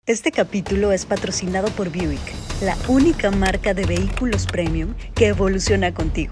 Este capítulo es patrocinado por Buick, la única marca de vehículos premium que evoluciona contigo.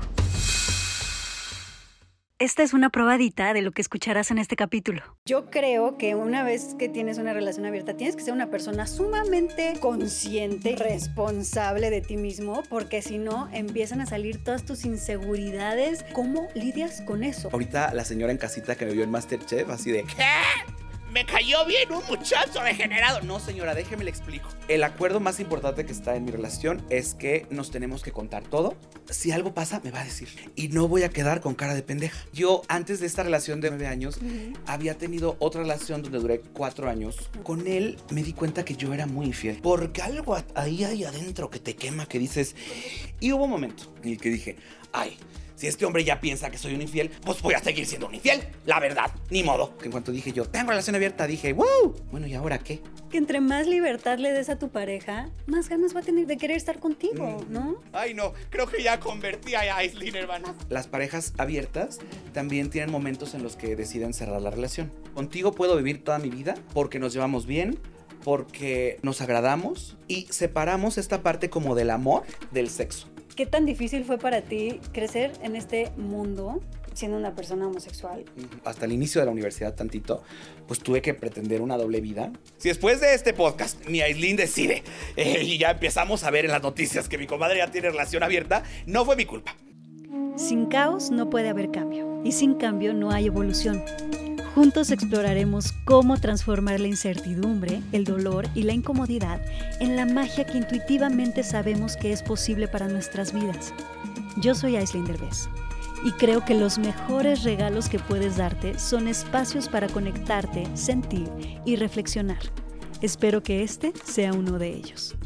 Esta es una probadita de lo que escucharás en este capítulo. Yo creo que una vez que tienes una relación abierta, tienes que ser una persona sumamente consciente y responsable de ti mismo, porque si no, empiezan a salir todas tus inseguridades. ¿Cómo lidias con eso? Ahorita la señora en casita que me vio en MasterChef, así de... ¿Qué? Me cayó bien un muchacho degenerado. No, señora, déjeme le explico. El acuerdo más importante que está en mi relación es que nos tenemos que contar todo. Si algo pasa, me va a decir. Y no voy a quedar con cara de pendeja. Yo, antes de esta relación de 9 años, había tenido otra relación donde duré 4 años. Con él me di cuenta que yo era muy infiel. Porque algo ahí hay adentro que te quema, que dices... Y hubo un momento en el que dije, ay... Si este hombre ya piensa que soy un infiel, pues voy a seguir siendo un infiel. La verdad, ni modo. Que en cuanto dije yo, tengo relación abierta, dije, ¡wow! Bueno, ¿y ahora qué? Que entre más libertad le des a tu pareja, más ganas va a tener de querer estar contigo, ¿no? Ay, no, creo que ya convertí a Aislinn, hermana. Las parejas abiertas también tienen momentos en los que deciden cerrar la relación. Contigo puedo vivir toda mi vida porque nos llevamos bien, porque nos agradamos y separamos esta parte como del amor del sexo. ¿Qué tan difícil fue para ti crecer en este mundo siendo una persona homosexual? Hasta el inicio de la universidad tantito, pues tuve que pretender una doble vida. Si después de este podcast mi Aislinn decide y ya empezamos a ver en las noticias que mi comadre ya tiene relación abierta, no fue mi culpa. Sin caos no puede haber cambio, y sin cambio no hay evolución. Juntos exploraremos cómo transformar la incertidumbre, el dolor y la incomodidad en la magia que intuitivamente sabemos que es posible para nuestras vidas. Yo soy Aislinn Derbez y creo que los mejores regalos que puedes darte son espacios para conectarte, sentir y reflexionar. Espero que este sea uno de ellos.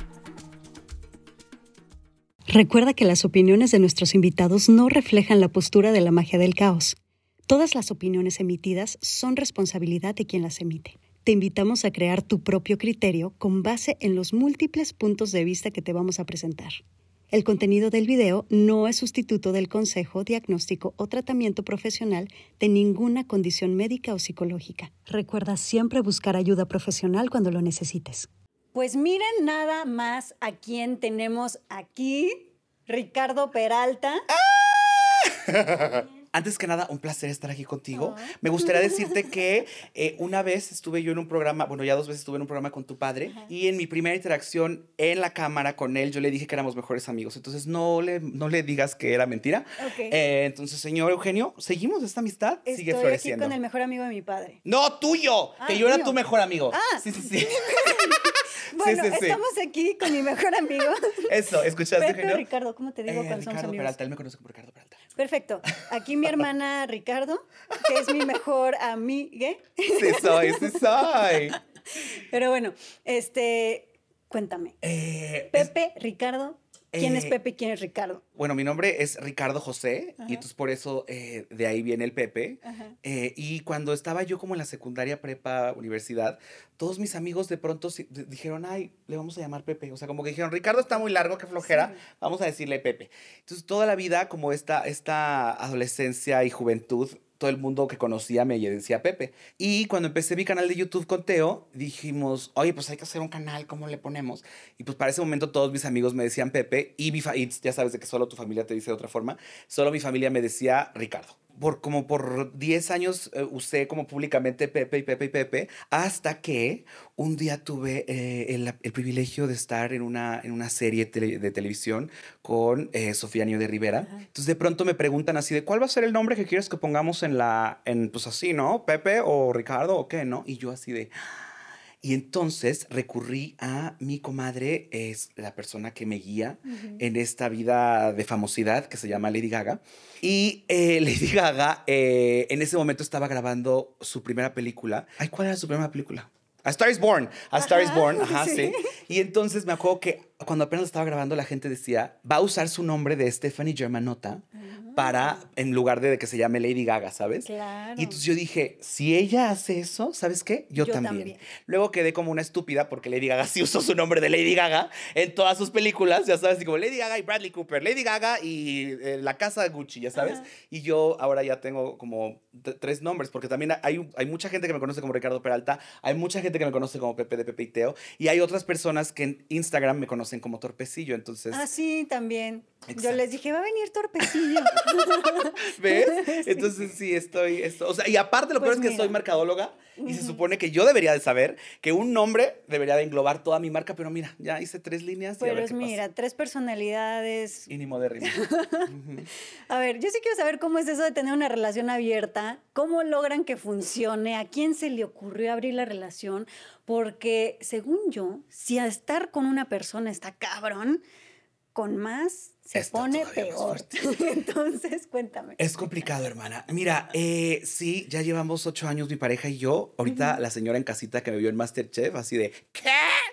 Recuerda que las opiniones de nuestros invitados no reflejan la postura de la magia del caos. Todas las opiniones emitidas son responsabilidad de quien las emite. Te invitamos a crear tu propio criterio con base en los múltiples puntos de vista que te vamos a presentar. El contenido del video no es sustituto del consejo, diagnóstico o tratamiento profesional de ninguna condición médica o psicológica. Recuerda siempre buscar ayuda profesional cuando lo necesites. Pues miren nada más a quién tenemos aquí, Ricardo Peralta. Antes que nada, un placer estar aquí contigo. Me gustaría decirte que una vez estuve yo en un programa, bueno, ya 2 veces estuve en un programa con tu padre, y en mi primera interacción en la cámara con él, yo le dije que éramos mejores amigos. Entonces, no le digas que era mentira. Okay. Entonces, señor Eugenio, ¿seguimos esta amistad? Sigue Estoy floreciendo. aquí con el mejor amigo de mi padre. ¡No, tuyo! Que yo era mío. tu mejor amigo. Sí. Sí. Bueno, estamos aquí con mi mejor amigo. Eso, ¿escuchaste, Pepe Eugenio? Ricardo, ¿cómo te digo cuando somos Ricardo amigos? Peralta, él me conoce como Ricardo Peralta. Perfecto. Aquí mi hermana Ricardo, que es mi mejor amigue. Sí soy. Pero bueno, cuéntame. Pepe, Ricardo, ¿quién es Pepe y quién es Ricardo? Bueno, mi nombre es Ricardo José, y entonces por eso de ahí viene el Pepe. Y cuando estaba yo como en la secundaria, prepa, universidad, todos mis amigos de pronto dijeron, ay, le vamos a llamar Pepe. O sea, como que dijeron, Ricardo está muy largo, qué flojera, vamos a decirle Pepe. Entonces toda la vida, como esta adolescencia y juventud, todo el mundo que conocía me decía Pepe. Y cuando empecé mi canal de YouTube con Teo, dijimos, oye, pues hay que hacer un canal, ¿cómo le ponemos? Y pues para ese momento todos mis amigos me decían Pepe, y ya sabes de que solo tu familia te dice de otra forma, solo mi familia me decía Ricardo. Por 10 años usé como públicamente Pepe, hasta que un día tuve el privilegio de estar en una serie de televisión con Sofía Niño de Rivera. Entonces de pronto me preguntan así de, ¿cuál va a ser el nombre que quieres que pongamos pues así, ¿no? ¿Pepe o Ricardo o qué, no? Y yo así de... Y entonces recurrí a mi comadre, es la persona que me guía en esta vida de famosidad que se llama Lady Gaga. Y Lady Gaga en ese momento estaba grabando su primera película. Ay, ¿cuál era su primera película? A Star is Born. A Star is Born, sí. Y entonces me acuerdo que cuando apenas estaba grabando, la gente decía, va a usar su nombre de Stephanie Germanotta para, en lugar de que se llame Lady Gaga, ¿sabes? Claro. Y entonces yo dije, si ella hace eso, ¿sabes qué? Yo también. Luego quedé como una estúpida porque Lady Gaga sí usó su nombre de Lady Gaga en todas sus películas, ya sabes, así como Lady Gaga y Bradley Cooper, Lady Gaga y la casa de Gucci, ya sabes. Ajá. Y yo ahora ya tengo como 3 nombres, porque también hay mucha gente que me conoce como Ricardo Peralta, hay mucha gente que me conoce como Pepe de Pepe y Teo, y hay otras personas que en Instagram me conocen como Torpecillo, entonces... Ah, sí, también. Exacto. Yo les dije, va a venir Torpecillo. ¿Ves? Sí. Entonces sí, o sea, y aparte lo peor es que soy mercadóloga y se supone que yo debería de saber que un nombre debería de englobar toda mi marca, pero mira, ya hice 3 líneas. Pero y a ver qué mira, pasa. 3 personalidades. Y ni modérrimo. A ver, yo sí quiero saber cómo es eso de tener una relación abierta, cómo logran que funcione, a quién se le ocurrió abrir la relación, porque según yo, si a estar con una persona está cabrón, con más se pone peor. Entonces, cuéntame. Es complicado, hermana. Mira, sí, ya llevamos 8 años mi pareja y yo. Ahorita la señora en casita que me vio en MasterChef, así de, ¿qué?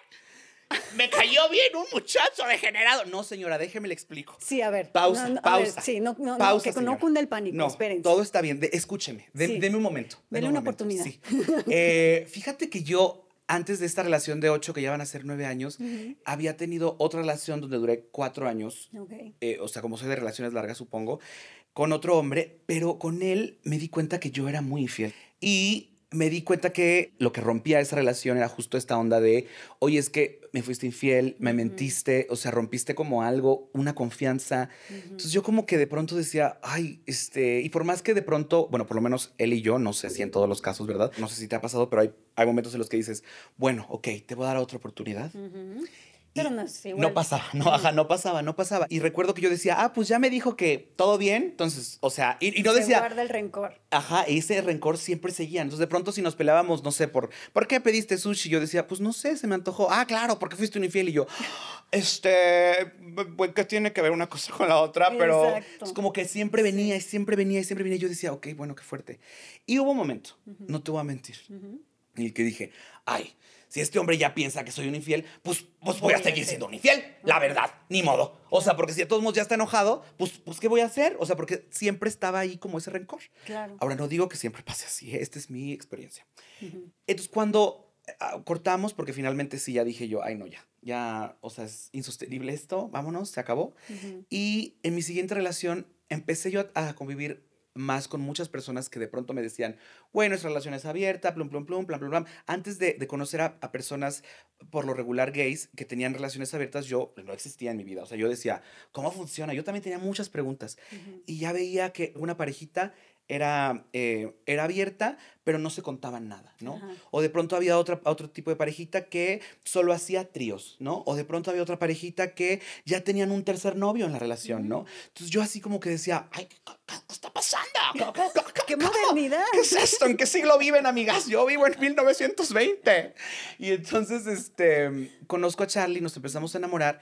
Me cayó bien un muchacho degenerado. No, señora, déjeme le explico. Sí, a ver. Pausa, pausa. Ver, sí, pausa, que no cunde el pánico, no, espérense. todo está bien. Escúcheme, deme un momento. Dele una oportunidad. Sí. Fíjate que yo, antes de esta relación de 8, que ya van a ser 9 años, había tenido otra relación donde duré 4 años. Okay. O sea, como soy de relaciones largas, supongo, con otro hombre, pero con él me di cuenta que yo era muy infiel. Y me di cuenta que lo que rompía esa relación era justo esta onda de, oye, es que me fuiste infiel, me mentiste, o sea, rompiste como algo, una confianza. Entonces yo como que de pronto decía, ay, y por más que de pronto, bueno, por lo menos él y yo, no sé si en todos los casos, ¿verdad? No sé si te ha pasado, pero hay momentos en los que dices, bueno, ok, te voy a dar otra oportunidad. Pero no es igual. No pasaba, no pasaba. Y recuerdo que yo decía, pues ya me dijo que todo bien, entonces, o sea, y no decía... Se guarda el rencor. Ajá, ese rencor siempre seguía. Entonces, de pronto, si nos peleábamos, no sé, ¿por qué pediste sushi? Yo decía, pues no sé, se me antojó. Ah, claro, porque fuiste un infiel. Y yo, ¿qué tiene que ver una cosa con la otra? Pero es como que siempre venía y siempre venía y siempre venía. Y yo decía, ok, bueno, qué fuerte. Y hubo un momento, no te voy a mentir, en el que dije, ay, si este hombre ya piensa que soy un infiel, pues voy a seguir siendo un infiel, la verdad, ni modo. O sea, porque si a todos modos ya está enojado, pues ¿qué voy a hacer? O sea, porque siempre estaba ahí como ese rencor. Claro. Ahora, no digo que siempre pase así, esta es mi experiencia. Entonces, cuando cortamos, porque finalmente sí, ya dije yo, ay, no, ya, o sea, es insostenible esto, vámonos, se acabó. Y en mi siguiente relación empecé yo a convivir más con muchas personas que de pronto me decían, bueno, nuestra relación es abierta, plum, plum, plum, plan, plan, plan. Antes de conocer a personas por lo regular gays que tenían relaciones abiertas, yo no existía en mi vida. O sea, yo decía, ¿cómo funciona? Yo también tenía muchas preguntas. Y ya veía que una parejita era abierta, pero no se contaban nada, ¿no? Ajá. O de pronto había otro tipo de parejita que solo hacía tríos, ¿no? O de pronto había otra parejita que ya tenían un tercer novio en la relación, ¿no? Entonces yo así como que decía, ay, ¿qué está pasando? ¿Qué modernidad? ¿Qué es esto? ¿En qué siglo viven, amigas? Yo vivo en 1920. Y entonces, conozco a Charlie, nos empezamos a enamorar.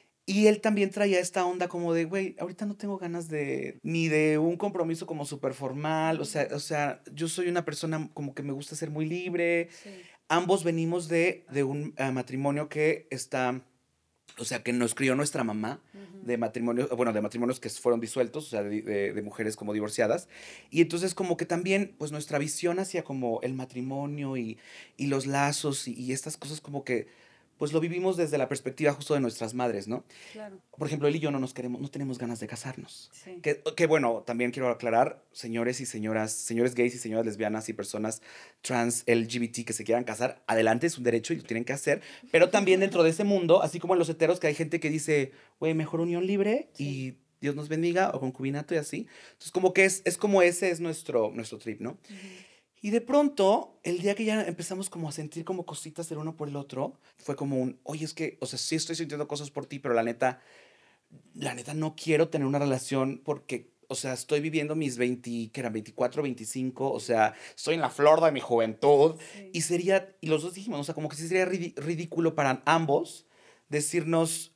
Y él también traía esta onda como de, güey, ahorita no tengo ganas ni de un compromiso como súper formal. O sea, yo soy una persona como que me gusta ser muy libre. Sí. Ambos venimos de un matrimonio que está... O sea, que nos crió nuestra mamá de matrimonios, bueno, de matrimonios que fueron disueltos, o sea, de mujeres como divorciadas. Y entonces como que también, pues nuestra visión hacia como el matrimonio y los lazos y estas cosas como que, pues lo vivimos desde la perspectiva justo de nuestras madres, ¿no? Claro. Por ejemplo, él y yo no tenemos ganas de casarnos. Sí. Que bueno, también quiero aclarar, señores y señoras, señores gays y señoras lesbianas y personas trans LGBT que se quieran casar, adelante, es un derecho y lo tienen que hacer, pero también dentro de ese mundo, así como en los heteros, que hay gente que dice, güey, mejor unión libre y Dios nos bendiga, o concubinato y así. Entonces, como que es como ese es nuestro trip, ¿no? Y de pronto, el día que ya empezamos como a sentir como cositas del uno por el otro, fue como oye, es que, o sea, sí estoy sintiendo cosas por ti, pero la neta no quiero tener una relación porque, o sea, estoy viviendo mis 24, 25, o sea, estoy en la flor de mi juventud. Sí. Y los dos dijimos, o sea, como que sí sería ridículo para ambos decirnos,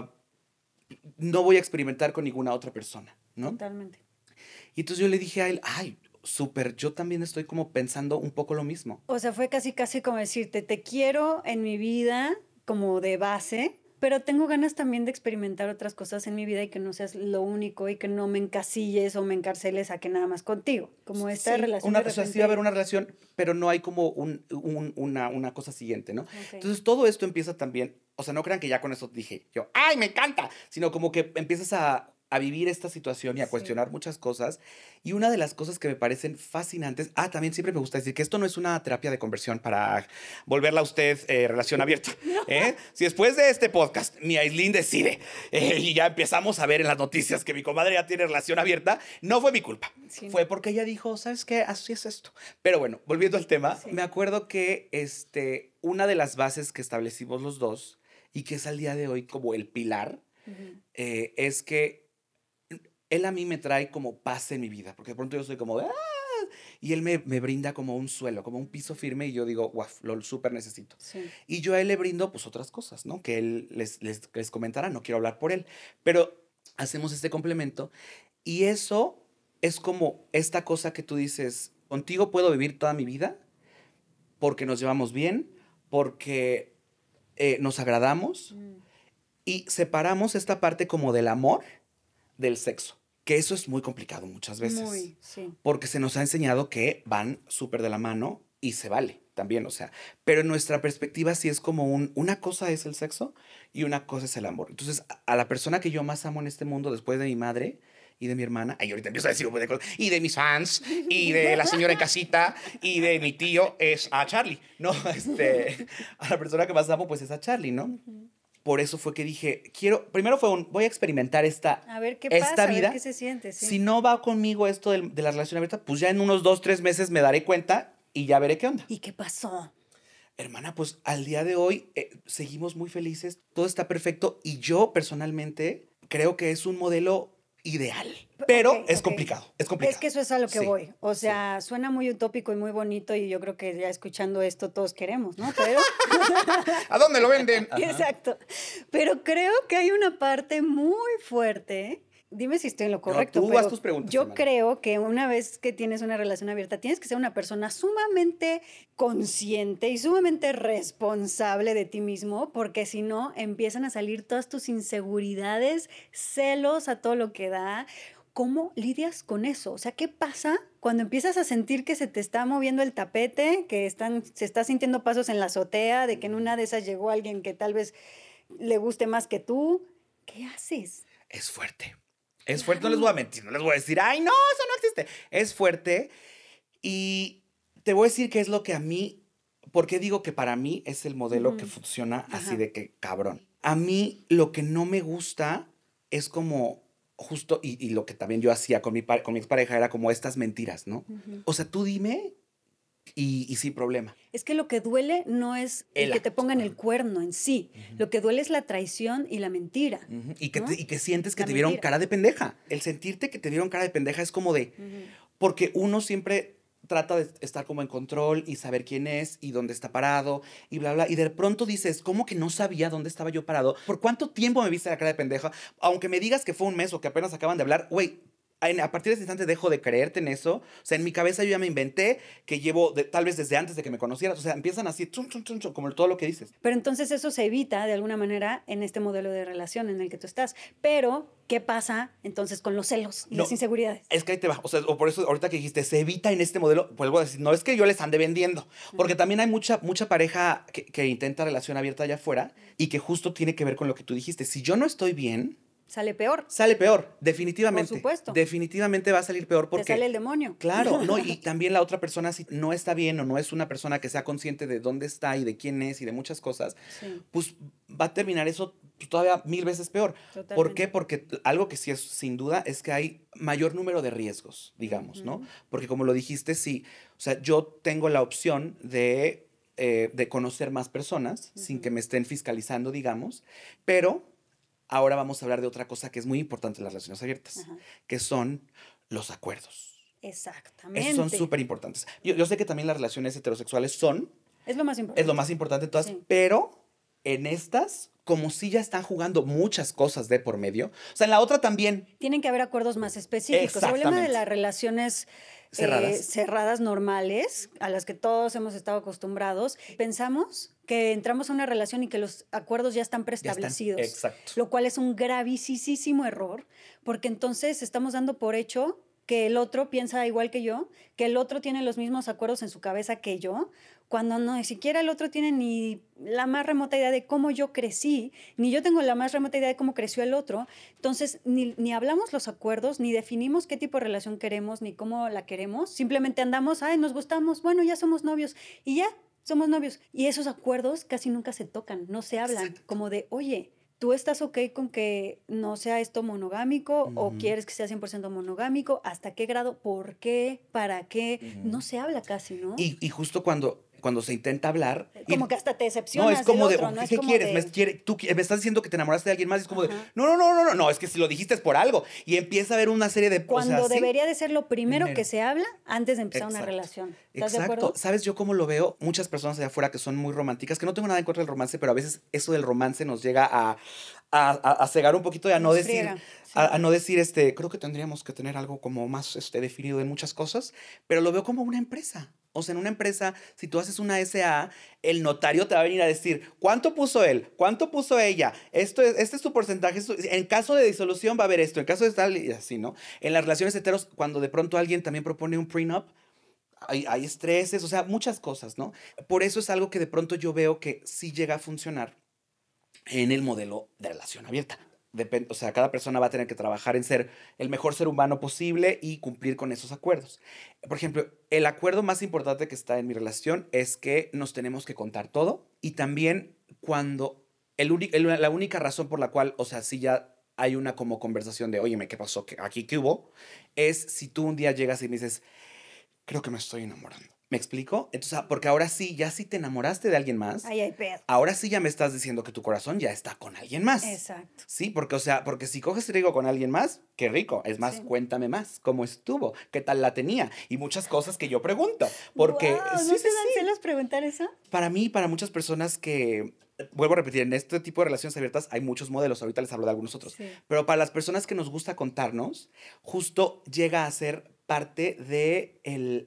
no voy a experimentar con ninguna otra persona, ¿no? Totalmente. Y entonces yo le dije a él, ay, súper, yo también estoy como pensando un poco lo mismo. O sea, fue casi como decirte, te quiero en mi vida como de base, pero tengo ganas también de experimentar otras cosas en mi vida y que no seas lo único y que no me encasilles o me encarceles a que nada más contigo. Como esta relación de repente... O sea, sí va a haber una relación, pero no hay como una cosa siguiente, ¿no? Ok. Entonces todo esto empieza también, o sea, no crean que ya con eso dije yo, ¡ay, me encanta! Sino como que empiezas a vivir esta situación y a Sí. cuestionar muchas cosas. Y una de las cosas que me parecen fascinantes, también siempre me gusta decir que esto no es una terapia de conversión para volverla a usted relación abierta. Si después de este podcast mi Aislinn decide y ya empezamos a ver en las noticias que mi comadre ya tiene relación abierta, no fue mi culpa. Sí, Fue no. porque ella dijo, ¿sabes qué? Así es esto. Pero bueno, volviendo al tema, Sí. me acuerdo que una de las bases que establecimos los dos y que es al día de hoy como el pilar, Ujú. es que él a mí me trae como paz en mi vida, porque de pronto yo soy como de, y él me brinda como un suelo, como un piso firme, y yo digo, wow, lo súper necesito. Sí. Y yo a él le brindo, pues, otras cosas, ¿no? Que él les comentará, no quiero hablar por él, pero hacemos este complemento, y eso es como esta cosa que tú dices, contigo puedo vivir toda mi vida, porque nos llevamos bien, porque nos agradamos, Mm. y separamos esta parte como del amor del sexo. Que eso es muy complicado muchas veces. Muy, sí. Porque se nos ha enseñado que van súper de la mano y se vale también, o sea. Pero en nuestra perspectiva sí es como una cosa es el sexo y una cosa es el amor. Entonces, a la persona que yo más amo en este mundo, después de mi madre y de mi hermana, ahorita empiezo a decir un montón de cosas, y de mis fans, y de la señora en casita, y de mi tío, es a Charlie, ¿no? A la persona que más amo, pues es a Charlie, ¿no? Ujú. Por eso fue que dije, primero voy a experimentar A ver qué esta pasa, a vida. ver qué se siente. Sí. Si no va conmigo esto de la relación abierta, pues ya en unos 2, 3 meses me daré cuenta y ya veré qué onda. ¿Y qué pasó? Hermana, pues al día de hoy seguimos muy felices, todo está perfecto y yo personalmente creo que es un modelo ideal, pero Ok, es ok. complicado, es complicado. Es que eso es a lo que Sí, voy. O sea, suena muy utópico y muy bonito y yo creo que ya escuchando esto todos queremos, ¿no? Pero... ¿A dónde lo venden? Exacto. Pero creo que hay una parte muy fuerte. Dime si estoy en lo correcto. tú pero haz tus preguntas, yo hermana. creo que una vez que tienes una relación abierta, tienes que ser una persona sumamente consciente y sumamente responsable de ti mismo, porque si no, empiezan a salir todas tus inseguridades, celos a todo lo que da. ¿Cómo lidias con eso? O sea, ¿qué pasa cuando empiezas a sentir que se te está moviendo el tapete, que se está sintiendo pasos en la azotea, de que en una de esas llegó alguien que tal vez le guste más que tú? ¿Qué haces? Es fuerte. Es fuerte, no les voy a mentir, no les voy a decir, ay, no, eso no existe. Es fuerte y te voy a decir qué es lo que a mí, ¿por qué digo que para mí es el modelo que funciona así Ajá. de que cabrón? A mí lo que no me gusta es como justo, y lo que también yo hacía con mi expareja era como estas mentiras, ¿no? O sea, tú dime y sin problema. Es que lo que duele no es el que te acto. pongan el cuerno en sí. Lo que duele es la traición y la mentira. Ujú. Y que, ¿no? y que sientes que La te vieron mentira. cara de pendeja. El sentirte que te vieron cara de pendeja es como de... Porque uno siempre trata de estar como en control y saber quién es y dónde está parado y bla, bla. Y de pronto dices, ¿cómo que no sabía dónde estaba yo parado? ¿Por cuánto tiempo me viste la cara de pendeja? Aunque me digas que fue un mes o que apenas acaban de hablar, güey, a partir de ese instante dejo de creerte en eso. O sea, en mi cabeza yo ya me inventé que llevo tal vez desde antes de que me conocieras. O sea, empiezan así, chum, chum, chum, chum, como todo lo que dices. Pero entonces eso se evita de alguna manera en este modelo de relación en el que tú estás. Pero, ¿qué pasa entonces con los celos y No, las inseguridades? Es que ahí te va. O sea, o por eso ahorita que dijiste, se evita en este modelo, vuelvo a decir, no es que yo les ande vendiendo. Porque también hay mucha pareja que intenta relación abierta allá afuera y que justo tiene que ver con lo que tú dijiste. Si yo no estoy bien, Sale peor. sale peor, definitivamente. Por supuesto. Definitivamente va a salir peor porque... Te sale el demonio. Claro, no, y también la otra persona si no está bien o no es una persona que sea consciente de dónde está y de quién es y de muchas cosas, Sí. pues va a terminar eso todavía 1000 veces peor. Totalmente. ¿Por qué? Porque algo que sí es sin duda es que hay mayor número de riesgos, digamos, ¿no? Porque como lo dijiste, sí, o sea, yo tengo la opción de conocer más personas sin que me estén fiscalizando, digamos, pero ahora vamos a hablar de otra cosa que es muy importante en las relaciones abiertas, Ajá. que son los acuerdos. Exactamente. Esos son súper importantes. Yo sé que también las relaciones heterosexuales Es lo más importante. es lo más importante de todas, Sí. pero en estas, como si ya están jugando muchas cosas de por medio, o sea, en la otra también. Tienen que haber acuerdos más específicos. El problema de Exactamente. las relaciones cerradas normales, a las que todos hemos estado acostumbrados, pensamos que entramos a una relación y que los acuerdos ya están preestablecidos. Exacto. Lo cual es un gravísimo error, porque entonces estamos dando por hecho que el otro piensa igual que yo, que el otro tiene los mismos acuerdos en su cabeza que yo, cuando no, ni siquiera el otro tiene ni la más remota idea de cómo yo crecí, ni yo tengo la más remota idea de cómo creció el otro. Entonces, ni hablamos los acuerdos, ni definimos qué tipo de relación queremos, ni cómo la queremos. Simplemente andamos, ay, nos gustamos, bueno, ya somos novios, y ya, somos novios. Y esos acuerdos casi nunca se tocan, no se hablan, Exacto. como de, oye, ¿tú estás ok con que no sea esto monogámico o quieres que sea 100% monogámico? ¿Hasta qué grado? ¿Por qué? ¿Para qué? No se habla casi, ¿no? Y justo cuando se intenta hablar... Como que hasta te decepcionas No, es como del de, otro, ¿no? ¿qué Es como quieres? de... Tú me estás diciendo que te enamoraste de alguien más y es como de, no, es que si lo dijiste es por algo. Y empieza a haber una serie de... Cuando ¿sí? debería de ser lo primero que se habla antes de empezar una Exacto. relación. ¿Estás de acuerdo? Exacto. ¿Sabes yo cómo lo veo? Muchas personas allá afuera que son muy románticas, que no tengo nada en contra del romance, pero a veces eso del romance nos llega a cegar un poquito y a no Nos decir... friega, sí. A no decir, creo que tendríamos que tener algo como más definido en muchas cosas, pero lo veo como una empresa. O sea, en una empresa, si tú haces una SA, el notario te va a venir a decir, ¿cuánto puso él? ¿Cuánto puso ella? Este es tu porcentaje. En caso de disolución va a haber esto, en caso de tal, y así, ¿no? En las relaciones heteros, cuando de pronto alguien también propone un prenup, hay estreses, o sea, muchas cosas, ¿no? Por eso es algo que de pronto yo veo que sí llega a funcionar en el modelo de relación abierta. O sea, cada persona va a tener que trabajar en ser el mejor ser humano posible y cumplir con esos acuerdos. Por ejemplo, el acuerdo más importante que está en mi relación es que nos tenemos que contar todo y también cuando la única razón por la cual, o sea, si ya hay una como conversación de, óyeme, ¿qué pasó? ¿Qué hubo? Es si tú un día llegas y me dices, creo que me estoy enamorando. ¿Me explico? Entonces, porque ahora sí, ya si te enamoraste de alguien más, Ahí hay pedo. ahora sí ya me estás diciendo que tu corazón ya está con alguien más. Exacto. Sí, porque, o sea, porque si coges trigo con alguien más, qué rico. Es más, Sí. cuéntame más, cómo estuvo, qué tal la tenía y muchas cosas que yo pregunto. Porque, Wow, ¿no te dan celos preguntar eso? Para mí, para muchas personas que, vuelvo a repetir, en este tipo de relaciones abiertas hay muchos modelos, ahorita les hablo de algunos otros, Sí. pero para las personas que nos gusta contarnos, justo llega a ser parte de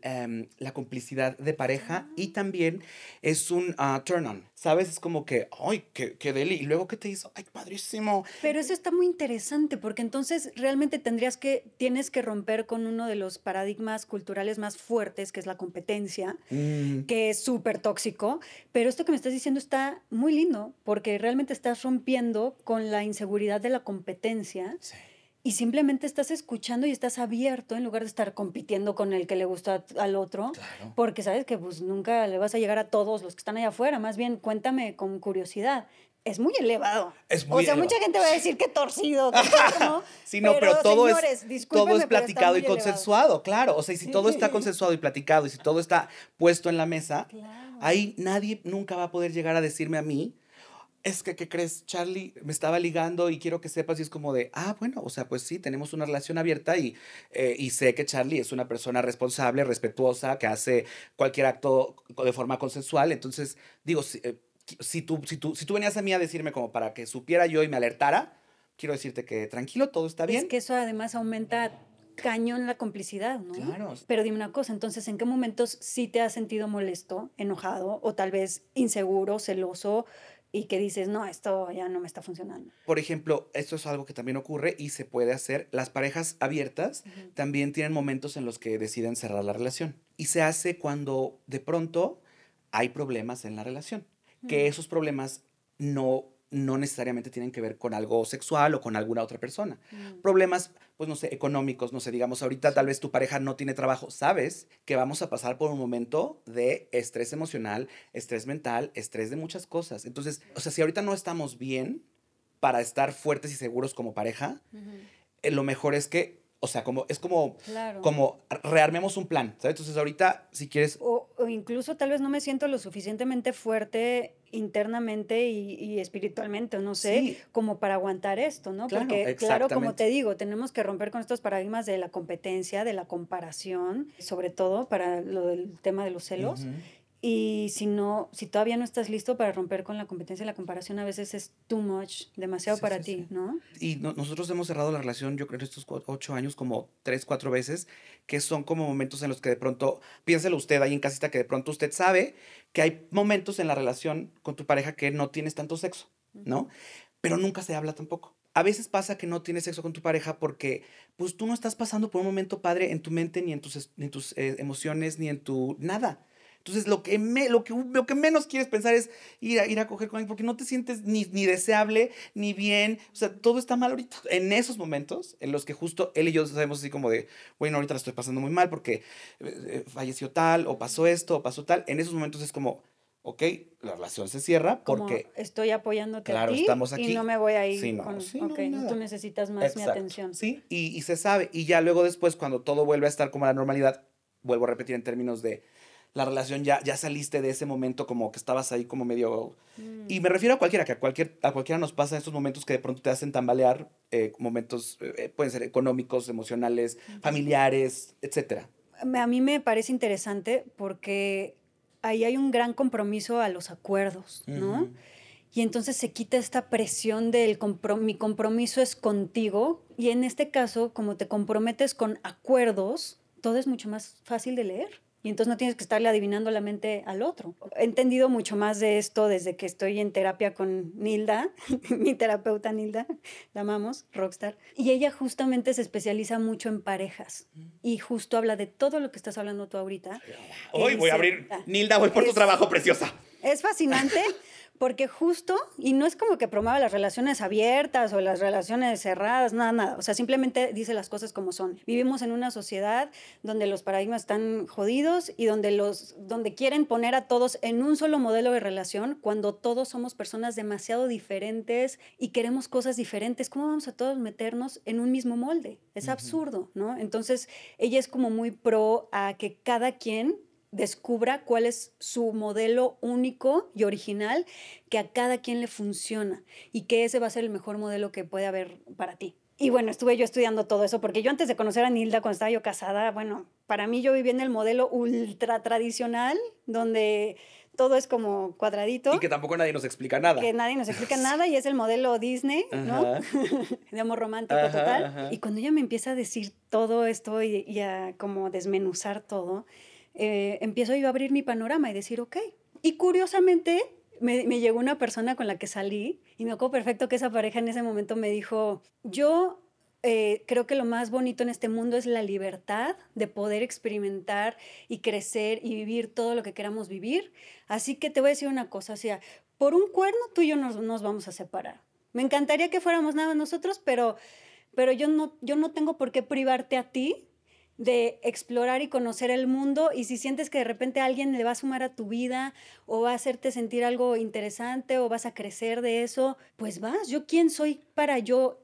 la complicidad de pareja y también es un turn on, ¿sabes? Es como que, ¡ay, qué deli! Y luego, ¿qué te hizo? ¡Ay, padrísimo! Pero eso está muy interesante porque entonces realmente tienes que romper con uno de los paradigmas culturales más fuertes, que es la competencia, que es súper tóxico. Pero esto que me estás diciendo está muy lindo porque realmente estás rompiendo con la inseguridad de la competencia. Sí. Y simplemente estás escuchando y estás abierto en lugar de estar compitiendo con el que le gusta al otro. Claro. Porque sabes que pues nunca le vas a llegar a todos los que están allá afuera. Más bien, cuéntame con curiosidad. Es muy elevado. Es muy elevado. Mucha gente va a decir que torcido, ¿no? Sí, no, pero todo señores, todo es pero platicado y está muy consensuado, claro. O sea, y si todo está Sí. consensuado y platicado y si todo está puesto en la mesa, Claro. ahí nadie nunca va a poder llegar a decirme a mí, es que, ¿qué crees? Charlie me estaba ligando y quiero que sepas, y es como de, bueno, o sea, pues sí, tenemos una relación abierta y sé que Charlie es una persona responsable, respetuosa, que hace cualquier acto de forma consensual. Entonces, digo, si tú venías a mí a decirme como para que supiera yo y me alertara, quiero decirte que tranquilo, todo está bien. Es que eso además aumenta cañón la complicidad, ¿no? Claro. Pero dime una cosa, entonces, ¿en qué momentos sí te has sentido molesto, enojado o tal vez inseguro, celoso y que dices, no, esto ya no me está funcionando? Por ejemplo, esto es algo que también ocurre y se puede hacer. Las parejas abiertas también tienen momentos en los que deciden cerrar la relación. Y se hace cuando de pronto hay problemas en la relación. Que esos problemas no necesariamente tienen que ver con algo sexual o con alguna otra persona. Problemas, pues no sé, económicos, no sé, digamos, ahorita tal vez tu pareja no tiene trabajo. Sabes que vamos a pasar por un momento de estrés emocional, estrés mental, estrés de muchas cosas. Entonces, o sea, si ahorita no estamos bien para estar fuertes y seguros como pareja, lo mejor es que, o sea, Claro. como rearmemos un plan, ¿sabes? Entonces ahorita, si quieres... O incluso tal vez no me siento lo suficientemente fuerte internamente y espiritualmente, no sé, Sí. como para aguantar esto, ¿no? Claro, Porque, claro, como exactamente. te digo, tenemos que romper con estos paradigmas de la competencia, de la comparación, sobre todo para lo del tema de los celos. Y si todavía no estás listo para romper con la competencia y la comparación, a veces es too much, demasiado para ti, ¿no? Y nosotros hemos cerrado la relación, yo creo, en estos 8 años como 3, 4 veces, que son como momentos en los que de pronto, piénselo usted ahí en casita, que de pronto usted sabe que hay momentos en la relación con tu pareja que no tienes tanto sexo, ¿no? Pero nunca se habla tampoco. A veces pasa que no tienes sexo con tu pareja porque pues tú no estás pasando por un momento padre en tu mente, ni en tus emociones, ni en tu nada. Entonces lo que menos quieres pensar es ir a coger con alguien porque no te sientes ni deseable, ni bien. O sea, todo está mal ahorita. En esos momentos en los que justo él y yo sabemos así como de, bueno, ahorita la estoy pasando muy mal porque falleció tal, o pasó esto, o pasó tal. En esos momentos es como, ok, la relación se cierra porque, como estoy apoyándote claro, a ti estamos aquí. y no me voy a ir Sí, no, con, sí, ok, no, tú nada. necesitas más mi Exacto. atención. Sí, y se sabe. Y ya luego después, cuando todo vuelve a estar como a la normalidad, vuelvo a repetir en términos de la relación, ya saliste de ese momento como que estabas ahí como medio... Y me refiero a cualquiera, que a cualquiera nos pasa estos momentos que de pronto te hacen tambalear, momentos, pueden ser económicos, emocionales, familiares, etcétera. A mí me parece interesante porque ahí hay un gran compromiso a los acuerdos, ¿no? Ujú. Y entonces se quita esta presión del mi compromiso es contigo, y en este caso, como te comprometes con acuerdos, todo es mucho más fácil de leer. Y entonces no tienes que estarle adivinando la mente al otro. He entendido mucho más de esto desde que estoy en terapia con Nilda, mi terapeuta Nilda, la amamos, rockstar. Y ella justamente se especializa mucho en parejas. Y justo habla de todo lo que estás hablando tú ahorita. Hoy voy a abrir. Nilda, voy por tu trabajo, preciosa. Es fascinante porque justo, y no es como que promueva las relaciones abiertas o las relaciones cerradas, nada. O sea, simplemente dice las cosas como son. Vivimos en una sociedad donde los paradigmas están jodidos y donde quieren poner a todos en un solo modelo de relación cuando todos somos personas demasiado diferentes y queremos cosas diferentes. ¿Cómo vamos a todos meternos en un mismo molde? Es absurdo, ¿no? Entonces, ella es como muy pro a que cada quien descubra cuál es su modelo único y original que a cada quien le funciona y que ese va a ser el mejor modelo que puede haber para ti. Y bueno, estuve yo estudiando todo eso porque yo antes de conocer a Nilda, cuando estaba yo casada, bueno, para mí yo vivía en el modelo ultra tradicional donde todo es como cuadradito. Y que tampoco nadie nos explica nada. Que nadie nos explica nada y es el modelo Disney, ¿no? De amor romántico total. Ajá. Y cuando ella me empieza a decir todo esto y a como desmenuzar todo, empiezo yo a abrir mi panorama y decir, ok. Y curiosamente me llegó una persona con la que salí y me acuerdo perfecto que esa pareja en ese momento me dijo, yo creo que lo más bonito en este mundo es la libertad de poder experimentar y crecer y vivir todo lo que queramos vivir. Así que te voy a decir una cosa, o sea, por un cuerno tú y yo nos vamos a separar. Me encantaría que fuéramos nada más nosotros, pero yo no tengo por qué privarte a ti de explorar y conocer el mundo, y si sientes que de repente alguien le va a sumar a tu vida o va a hacerte sentir algo interesante o vas a crecer de eso, pues vas. ¿Yo quién soy para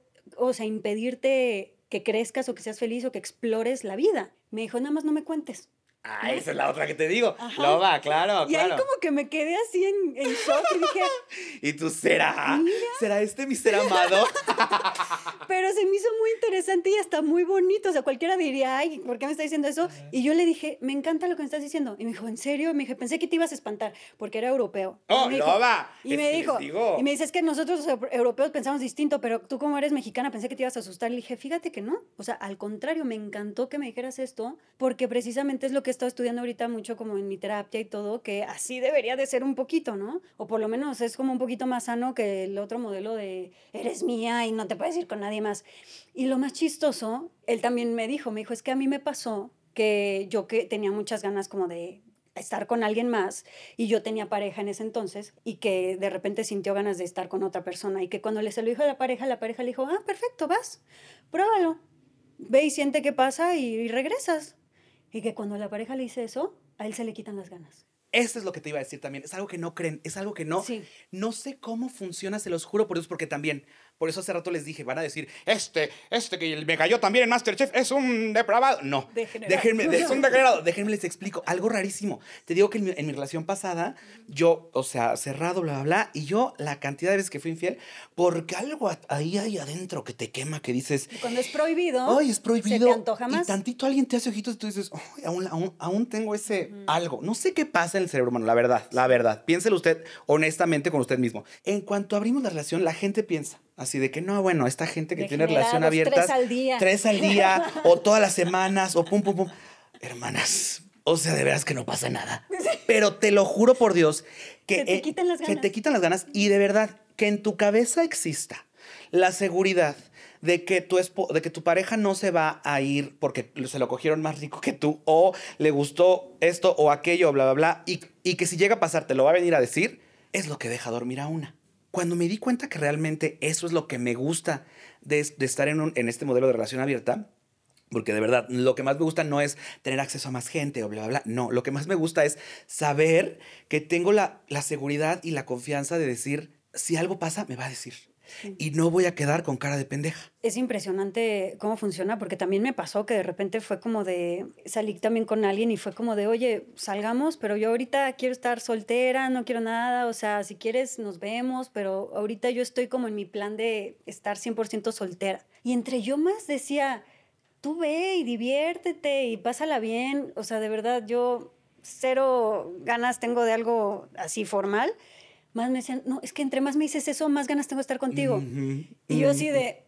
impedirte que crezcas o que seas feliz o que explores la vida? Me dijo, nada más no me cuentes. Ah, esa es la otra que te digo. Loba, claro, y ahí como que me quedé así en shock y dije... ¿Y tú será? Mira. ¿Será este mi ser amado? Pero se me hizo muy interesante y hasta muy bonito. O sea, cualquiera diría, ay, ¿por qué me está diciendo eso? Y yo le dije, me encanta lo que me estás diciendo. Y me dijo, ¿en serio? Y me dije, pensé que te ibas a espantar porque era europeo. ¡Oh, Loba! Y me dijo, y me dice, es que nosotros los europeos pensamos distinto, pero tú como eres mexicana pensé que te ibas a asustar. Y le dije, fíjate que no. O sea, al contrario, me encantó que me dijeras esto porque precisamente es lo que he estado estudiando ahorita mucho como en mi terapia y todo, que así debería de ser un poquito, ¿no? O por lo menos es como un poquito más sano que el otro modelo de eres mía y no te puedes ir con nadie más. Y lo más chistoso, él también me dijo, es que a mí me pasó que yo que tenía muchas ganas como de estar con alguien más y yo tenía pareja en ese entonces y que de repente sintió ganas de estar con otra persona y que cuando se lo dijo a la pareja le dijo, ah, perfecto, vas, pruébalo, ve y siente qué pasa y regresas. Y que cuando la pareja le dice eso, a él se le quitan las ganas. Eso es lo que te iba a decir también. Es algo que no creen, es algo que no... Sí. No sé cómo funciona, se los juro por Dios, porque también... Por eso hace rato les dije, van a decir, este que me cayó también en MasterChef es un depravado. No, déjenme, es un degenerado. Déjenme les explico. Algo rarísimo. Te digo que en mi relación pasada, yo, o sea, cerrado, bla, bla, bla, y yo la cantidad de veces que fui infiel, porque algo ahí adentro que te quema, que dices... Cuando es prohibido, ay, es prohibido. Se te antoja más. Y tantito alguien te hace ojitos y tú dices, aún tengo ese algo. No sé qué pasa el cerebro humano, la verdad, la verdad. Piénselo usted honestamente con usted mismo. En cuanto abrimos la relación, la gente piensa así de que no, bueno, esta gente que tiene relación abierta. 3 al día. 3 al día, o todas las semanas, o pum, pum, pum. Hermanas, o sea, de veras que no pasa nada. Pero te lo juro por Dios que te quitan las ganas. Que te quitan las ganas y de verdad que en tu cabeza exista la seguridad de que tu pareja no se va a ir porque se lo cogieron más rico que tú o le gustó esto o aquello, bla, bla, bla, y que si llega a pasar te lo va a venir a decir, es lo que deja dormir a una. Cuando me di cuenta que realmente eso es lo que me gusta de estar en este modelo de relación abierta, porque de verdad, lo que más me gusta no es tener acceso a más gente o bla, bla, bla. No, lo que más me gusta es saber que tengo la seguridad y la confianza de decir, si algo pasa, me va a decir. Y no voy a quedar con cara de pendeja. Es impresionante cómo funciona, porque también me pasó que de repente fue como de... Salí también con alguien y fue como de, oye, salgamos, pero yo ahorita quiero estar soltera, no quiero nada, o sea, si quieres nos vemos, pero ahorita yo estoy como en mi plan de estar 100% soltera. Y entre yo más decía, tú ve y diviértete y pásala bien, o sea, de verdad yo cero ganas tengo de algo así formal. Más me decían, no, es que entre más me dices eso, más ganas tengo de estar contigo. Y yo así de,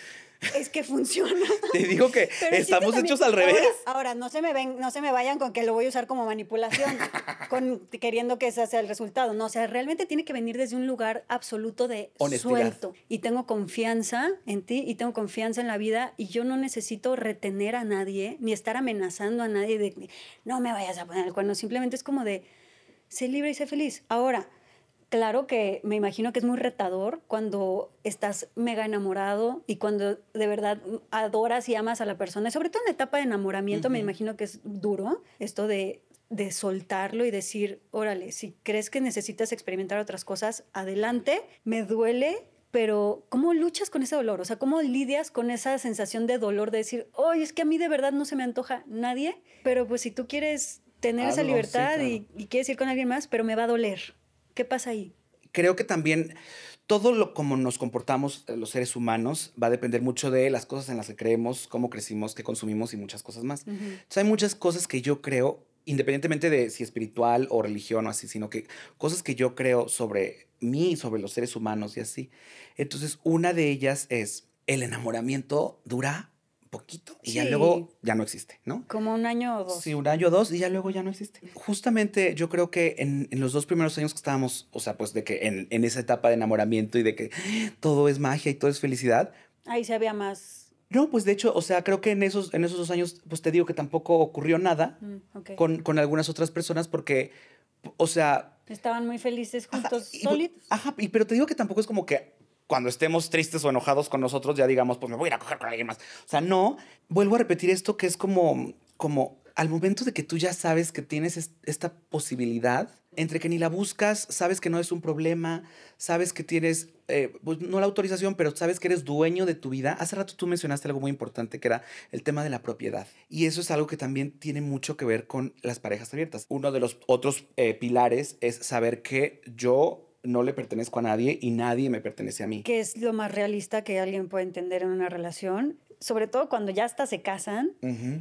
es que funciona. Te digo que estamos hechos al revés. Ahora no se me vayan con que lo voy a usar como manipulación, queriendo que ese sea el resultado. No, o sea, realmente tiene que venir desde un lugar absoluto de honestidad. Suelto. Y tengo confianza en ti y tengo confianza en la vida y yo no necesito retener a nadie ni estar amenazando a nadie de, no me vayas a poner el cuerno. Simplemente es como de, sé libre y sé feliz. Ahora, claro que me imagino que es muy retador cuando estás mega enamorado y cuando de verdad adoras y amas a la persona. Sobre todo en la etapa de enamoramiento, me imagino que es duro esto de soltarlo y decir, órale, si crees que necesitas experimentar otras cosas, adelante. Me duele, pero ¿cómo luchas con ese dolor? O sea, ¿cómo lidias con esa sensación de dolor de decir, oye, es que a mí de verdad no se me antoja nadie, pero pues si tú quieres tener esa libertad, sí, claro, y quieres ir con alguien más, pero me va a doler? ¿Qué pasa ahí? Creo que también todo como nos comportamos los seres humanos va a depender mucho de las cosas en las que creemos, cómo crecimos, qué consumimos y muchas cosas más. Entonces hay muchas cosas que yo creo, independientemente de si espiritual o religión o así, sino que cosas que yo creo sobre mí, sobre los seres humanos y así. Entonces una de ellas es el enamoramiento dura poquito y ya luego ya no existe, ¿no? Como 1 año o 2. Sí, 1 año o 2 y ya luego ya no existe. Justamente yo creo que en los 2 primeros años que estábamos, o sea, pues de que en esa etapa de enamoramiento y de que todo es magia y todo es felicidad. Ahí se había más. No, pues de hecho, o sea, creo que en esos 2 años, pues te digo que tampoco ocurrió nada okay, con algunas otras personas porque, o sea... Estaban muy felices juntos, solitos. Pero te digo que tampoco es como que cuando estemos tristes o enojados con nosotros, ya digamos, pues me voy a ir a coger con alguien más. O sea, no. Vuelvo a repetir esto que es como al momento de que tú ya sabes que tienes esta posibilidad, entre que ni la buscas, sabes que no es un problema, sabes que tienes, pues no la autorización, pero sabes que eres dueño de tu vida. Hace rato tú mencionaste algo muy importante que era el tema de la propiedad. Y eso es algo que también tiene mucho que ver con las parejas abiertas. Uno de los otros pilares es saber que yo no le pertenezco a nadie y nadie me pertenece a mí. Que es lo más realista que alguien puede entender en una relación, sobre todo cuando ya hasta se casan.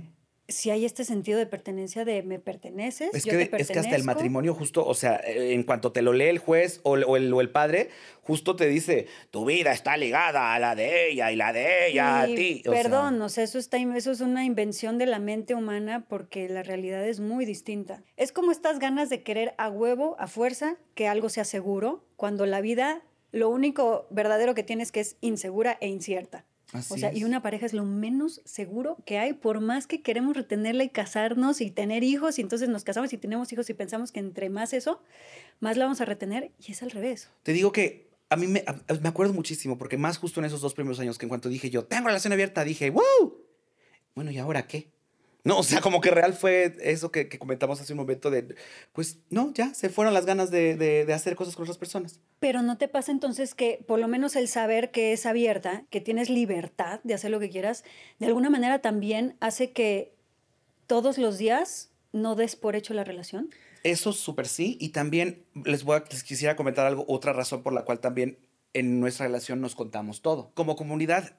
Si hay este sentido de pertenencia de me perteneces, yo te pertenezco. Es que hasta el matrimonio justo, o sea, en cuanto te lo lee el juez o el padre, justo te dice, tu vida está ligada a la de ella y la de ella a ti. Perdón, o sea, eso es una invención de la mente humana porque la realidad es muy distinta. Es como estas ganas de querer a huevo, a fuerza, que algo sea seguro, cuando la vida, lo único verdadero que tiene es que es insegura e incierta. Así o sea, es. Y una pareja es lo menos seguro que hay, por más que queremos retenerla y casarnos y tener hijos, y entonces nos casamos y tenemos hijos y pensamos que entre más eso, más la vamos a retener, y es al revés. Te digo que a mí me acuerdo muchísimo, porque más justo en esos 2 primeros años que en cuanto dije yo, tengo relación abierta, dije, ¡wow! Bueno, ¿y ahora qué? No, o sea, como que real fue eso que comentamos hace un momento de, pues, no, ya se fueron las ganas de hacer cosas con otras personas. Pero ¿no te pasa entonces que por lo menos el saber que es abierta, que tienes libertad de hacer lo que quieras, de alguna manera también hace que todos los días no des por hecho la relación? Eso súper sí, y también les quisiera comentar otra razón por la cual también en nuestra relación nos contamos todo. Como comunidad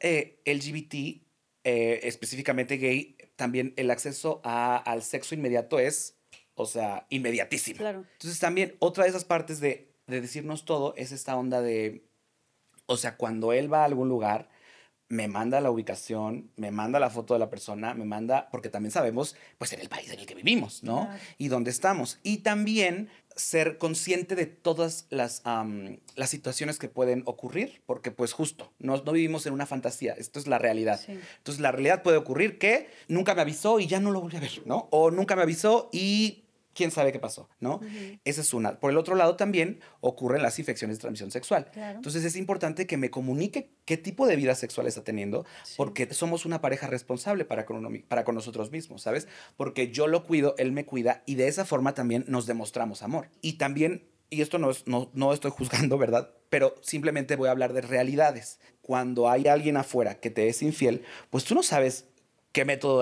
LGBT, específicamente gay, también el acceso al sexo inmediato es o sea, inmediatísimo. Claro. Entonces también otra de esas partes de decirnos todo es esta onda de, o sea, cuando él va a algún lugar, me manda la ubicación, me manda la foto de la persona, me manda, porque también sabemos, pues, en el país en el que vivimos, ¿no? Claro. Y dónde estamos. Y también ser consciente de todas las situaciones que pueden ocurrir, porque pues justo, no vivimos en una fantasía, esto es la realidad. Sí. Entonces la realidad puede ocurrir que nunca me avisó y ya no lo volví a ver, ¿no? O nunca me avisó y quién sabe qué pasó, ¿no? Esa es una. Por el otro lado también ocurren las infecciones de transmisión sexual. Claro. Entonces es importante que me comunique qué tipo de vida sexual está teniendo, Sí. porque somos una pareja responsable para con nosotros mismos, ¿sabes? Porque yo lo cuido, él me cuida y de esa forma también nos demostramos amor. Y también, y esto no estoy juzgando, ¿verdad? Pero simplemente voy a hablar de realidades. Cuando hay alguien afuera que te es infiel, pues tú no sabes qué método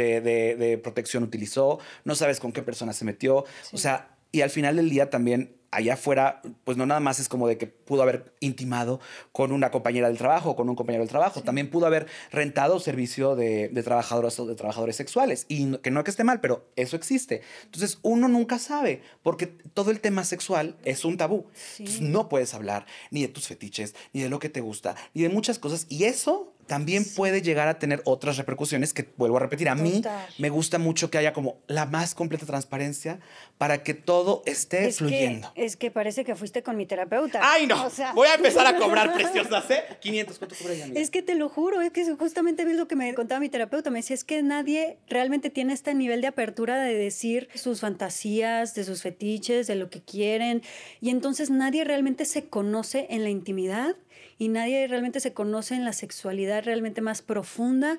de protección utilizó, no sabes con qué persona se metió. Sí. O sea, y al final del día también allá afuera, pues no nada más es como de que pudo haber intimado con una compañera del trabajo o con un compañero del trabajo. Sí. También pudo haber rentado servicio de trabajadoras o de trabajadores sexuales. Y que no que esté mal, pero eso existe. Entonces uno nunca sabe, porque todo el tema sexual es un tabú. Sí. Entonces no puedes hablar ni de tus fetiches, ni de lo que te gusta, ni de muchas cosas. Y eso también puede llegar a tener otras repercusiones que, vuelvo a repetir, a mí Total. me gusta mucho que haya como la más completa transparencia para que todo esté fluyendo. Es que parece que fuiste con mi terapeuta. ¡Ay, no! O sea, Voy a empezar a cobrar preciosas, ¿eh? 500, ¿cuánto cobra ella, amiga? es que te lo juro, es que justamente ves lo que me contaba mi terapeuta. Me decía, es que nadie realmente tiene este nivel de apertura de decir sus fantasías, de sus fetiches, de lo que quieren. Y entonces nadie realmente se conoce en la intimidad y nadie realmente se conoce en la sexualidad realmente más profunda.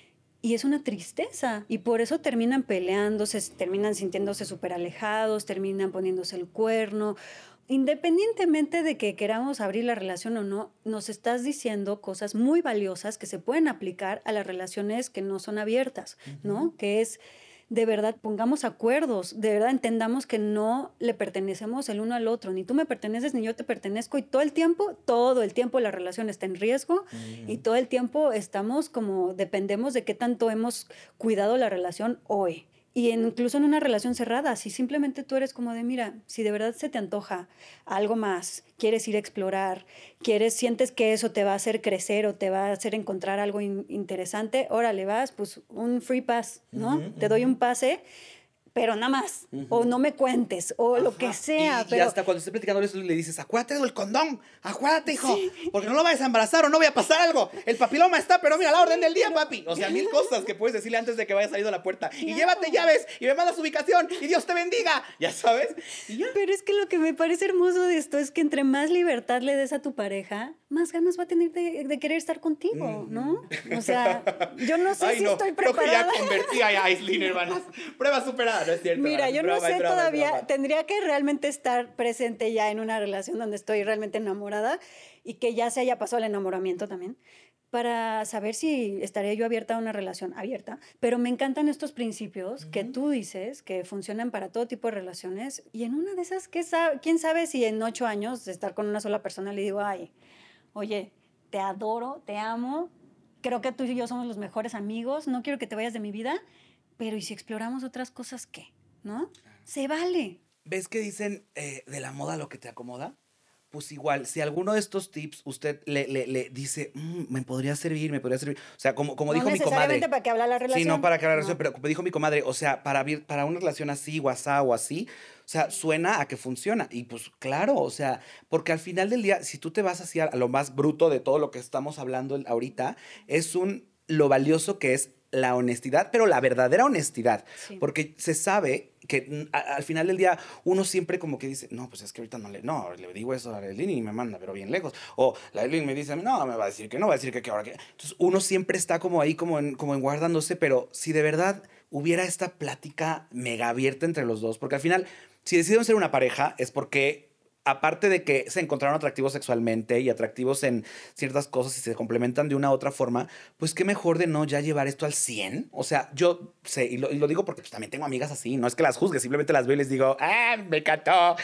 Y es una tristeza. Y por eso terminan peleándose, terminan sintiéndose súper alejados, terminan poniéndose el cuerno. Independientemente de que queramos abrir la relación o no, nos estás diciendo cosas muy valiosas que se pueden aplicar a las relaciones que no son abiertas, ¿no? Que es, de verdad, pongamos acuerdos, de verdad entendamos que no le pertenecemos el uno al otro, ni tú me perteneces ni yo te pertenezco, y todo el tiempo la relación está en riesgo y todo el tiempo estamos como, dependemos de qué tanto hemos cuidado la relación hoy. Y incluso en una relación cerrada, si simplemente tú eres como de, mira, si de verdad se te antoja algo más, quieres ir a explorar, sientes que eso te va a hacer crecer o te va a hacer encontrar algo interesante, órale, vas, pues un free pass, ¿no? Te doy un pase, pero nada más, o no me cuentes, o lo que sea. Y hasta cuando estés platicando eso le dices, acuérdate del condón, acuérdate, hijo, porque no lo vayas a embarazar o no vaya a pasar algo. El papiloma está, pero mira, la orden del día, papi. O sea, 1000 cosas que puedes decirle antes de que vaya salido a la puerta. Claro. Y llévate llaves, y me mandas ubicación, y Dios te bendiga, ya sabes. Y ya. Pero es que lo que me parece hermoso de esto es que entre más libertad le des a tu pareja, más ganas va a tener de querer estar contigo, ¿no? O sea, yo no sé si estoy preparada. Creo que ya convertí a Aislinn, hermanas. Prueba superada, ¿no es cierto? Mira, yo no sé todavía, broma. Tendría que realmente estar presente ya en una relación donde estoy realmente enamorada y que ya se haya pasado el enamoramiento también, para saber si estaría yo abierta a una relación abierta. Pero me encantan estos principios que tú dices, que funcionan para todo tipo de relaciones, y en una de esas, ¿quién sabe si en 8 años de estar con una sola persona le digo, ay, oye, te adoro, te amo, creo que tú y yo somos los mejores amigos, no quiero que te vayas de mi vida, pero ¿y si exploramos otras cosas qué? ¿No? Se vale. ¿Ves que dicen de la moda lo que te acomoda? Pues igual, si alguno de estos tips usted le dice, me podría servir. O sea, como No dijo mi comadre. No necesariamente para que habla la relación. Sí, no para que habla la relación, pero como dijo mi comadre, o sea, para una relación así, WhatsApp o así, o sea, suena a que funciona. Y pues claro, o sea, porque al final del día, si tú te vas hacia a lo más bruto de todo lo que estamos hablando ahorita, es lo valioso que es la honestidad, pero la verdadera honestidad. Sí. Porque se sabe que al final del día uno siempre como que dice, no, pues es que ahorita le digo eso a la Aislinn y me manda, pero bien lejos. O la Aislinn me dice, no, me va a decir que no, va a decir que ahora que... Entonces uno siempre está como ahí, como en guardándose, pero si de verdad hubiera esta plática mega abierta entre los dos, porque al final, si deciden ser una pareja, es porque... aparte de que se encontraron atractivos sexualmente y atractivos en ciertas cosas y se complementan de una u otra forma, pues qué mejor de no ya llevar esto al 100. O sea, yo sé, y lo digo porque pues, también tengo amigas así, no es que las juzgue, simplemente las veo y les digo, me encantó.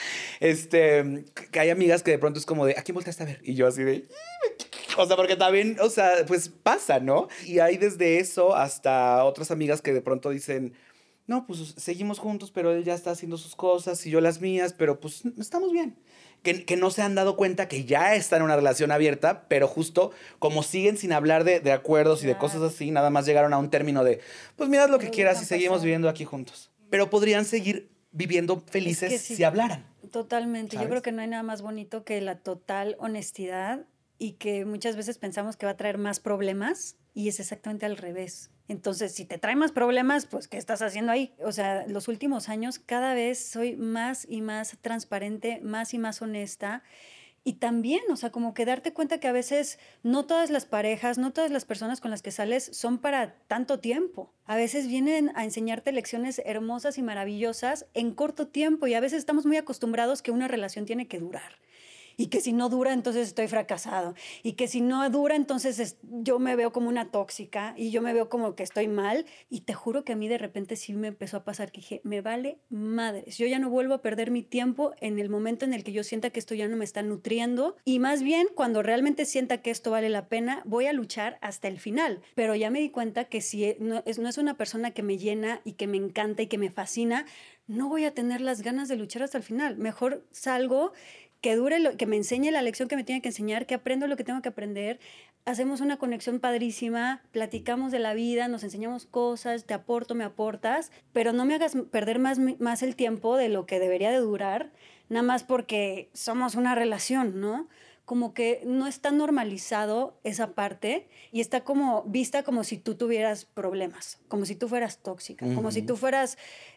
Que hay amigas que de pronto es como de, ¿a quién volteaste a ver? Y yo así de... O sea, porque también, o sea, pues pasa, ¿no? Y hay desde eso hasta otras amigas que de pronto dicen... no, pues seguimos juntos, pero él ya está haciendo sus cosas y yo las mías, pero pues estamos bien. Que no se han dado cuenta que ya están en una relación abierta, pero justo como siguen sin hablar de acuerdos y de cosas así, nada más llegaron a un término de, pues mirad lo que quieras y seguimos viviendo aquí juntos. Pero podrían seguir viviendo felices si hablaran. Totalmente. ¿Sabes? Yo creo que no hay nada más bonito que la total honestidad y que muchas veces pensamos que va a traer más problemas y es exactamente al revés. Entonces, si te trae más problemas, pues, ¿qué estás haciendo ahí? O sea, los últimos años cada vez soy más y más transparente, más y más honesta. Y también, o sea, como que darte cuenta que a veces no todas las parejas, no todas las personas con las que sales son para tanto tiempo. A veces vienen a enseñarte lecciones hermosas y maravillosas en corto tiempo y a veces estamos muy acostumbrados que una relación tiene que durar. Y que si no dura, entonces estoy fracasado. Y que si no dura, entonces yo me veo como una tóxica y yo me veo como que estoy mal. Y te juro que a mí de repente sí me empezó a pasar que dije, me vale madres. Yo ya no vuelvo a perder mi tiempo en el momento en el que yo sienta que esto ya no me está nutriendo. Y más bien, cuando realmente sienta que esto vale la pena, voy a luchar hasta el final. Pero ya me di cuenta que si no es una persona que me llena y que me encanta y que me fascina, no voy a tener las ganas de luchar hasta el final. Mejor salgo, que dure, que me enseñe la lección que me tiene que enseñar, que aprendo lo que tengo que aprender, hacemos una conexión padrísima, platicamos de la vida, nos enseñamos cosas, te aporto, me aportas, pero no me hagas perder más el tiempo de lo que debería de durar, nada más porque somos una relación, ¿no? Como que no está normalizado esa parte y está como vista como si tú tuvieras problemas, como si tú fueras tóxica, como si tú fueras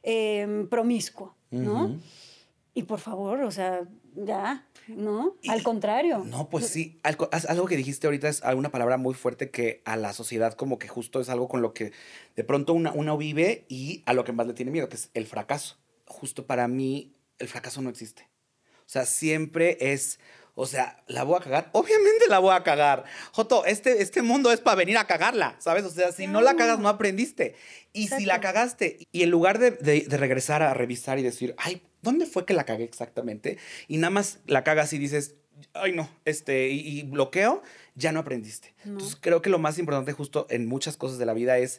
promiscuo, ¿no? Y por favor, o sea, ya, ¿no? Al contrario. No, pues sí. Algo que dijiste ahorita es una palabra muy fuerte que a la sociedad como que justo es algo con lo que de pronto uno vive y a lo que más le tiene miedo, que es el fracaso. Justo para mí, el fracaso no existe. O sea, siempre es... O sea, ¿la voy a cagar? Obviamente la voy a cagar. Joto, este mundo es para venir a cagarla, ¿sabes? O sea, si no la cagas, no aprendiste. Y si la cagaste, y en lugar de regresar a revisar y decir, ay, ¿dónde fue que la cagué exactamente? Y nada más la cagas y dices, ay, no, y bloqueo, ya no aprendiste. No. Entonces, creo que lo más importante justo en muchas cosas de la vida es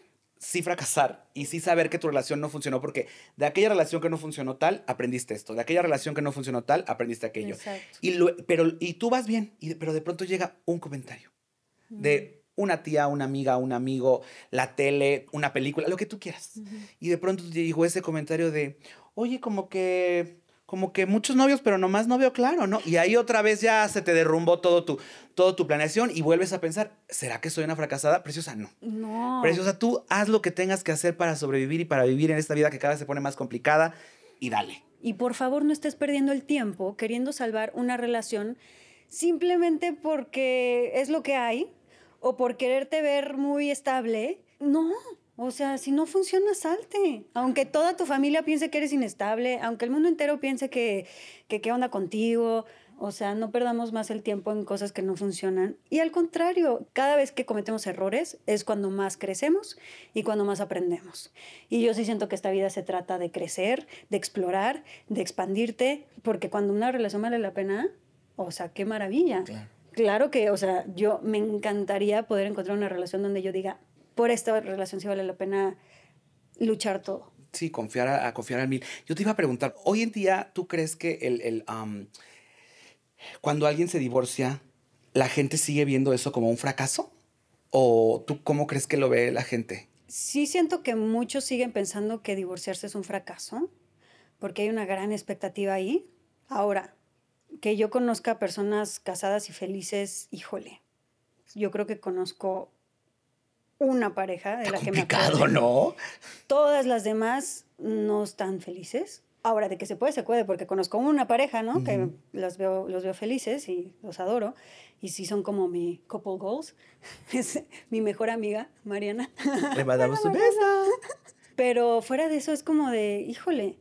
sí fracasar y sí saber que tu relación no funcionó, porque de aquella relación que no funcionó tal, aprendiste esto, de aquella relación que no funcionó tal, aprendiste aquello. Exacto. Y tú vas bien, pero de pronto llega un comentario de una tía, una amiga, un amigo, la tele, una película, lo que tú quieras. Y de pronto te llegó ese comentario de, oye, como que muchos novios, pero nomás novio claro, ¿no? Y ahí otra vez ya se te derrumbó todo tu planeación y vuelves a pensar, ¿será que soy una fracasada? Preciosa, no. No. Preciosa, tú haz lo que tengas que hacer para sobrevivir y para vivir en esta vida que cada vez se pone más complicada y dale. Y por favor no estés perdiendo el tiempo queriendo salvar una relación simplemente porque es lo que hay o por quererte ver muy estable. No. O sea, si no funciona, salte. Aunque toda tu familia piense que eres inestable, aunque el mundo entero piense que qué onda contigo. O sea, no perdamos más el tiempo en cosas que no funcionan. Y al contrario, cada vez que cometemos errores es cuando más crecemos y cuando más aprendemos. Y yo sí siento que esta vida se trata de crecer, de explorar, de expandirte, porque cuando una relación vale la pena, o sea, qué maravilla. Claro que, o sea, yo me encantaría poder encontrar una relación donde yo diga, por esta relación sí vale la pena luchar todo. Sí, confiar al mil. Yo te iba a preguntar, hoy en día, ¿tú crees que cuando alguien se divorcia, la gente sigue viendo eso como un fracaso? ¿O tú cómo crees que lo ve la gente? Sí siento que muchos siguen pensando que divorciarse es un fracaso, porque hay una gran expectativa ahí. Ahora, que yo conozca personas casadas y felices, híjole, yo creo que conozco una pareja de la que me acuerdo. Complicado, ¿no? Todas las demás no están felices. Ahora, de que se puede, porque conozco una pareja, ¿no? Que los veo felices y los adoro. Y sí son como mi couple goals. Es mi mejor amiga, Mariana. Le mandamos un beso. Pero fuera de eso es como de, híjole,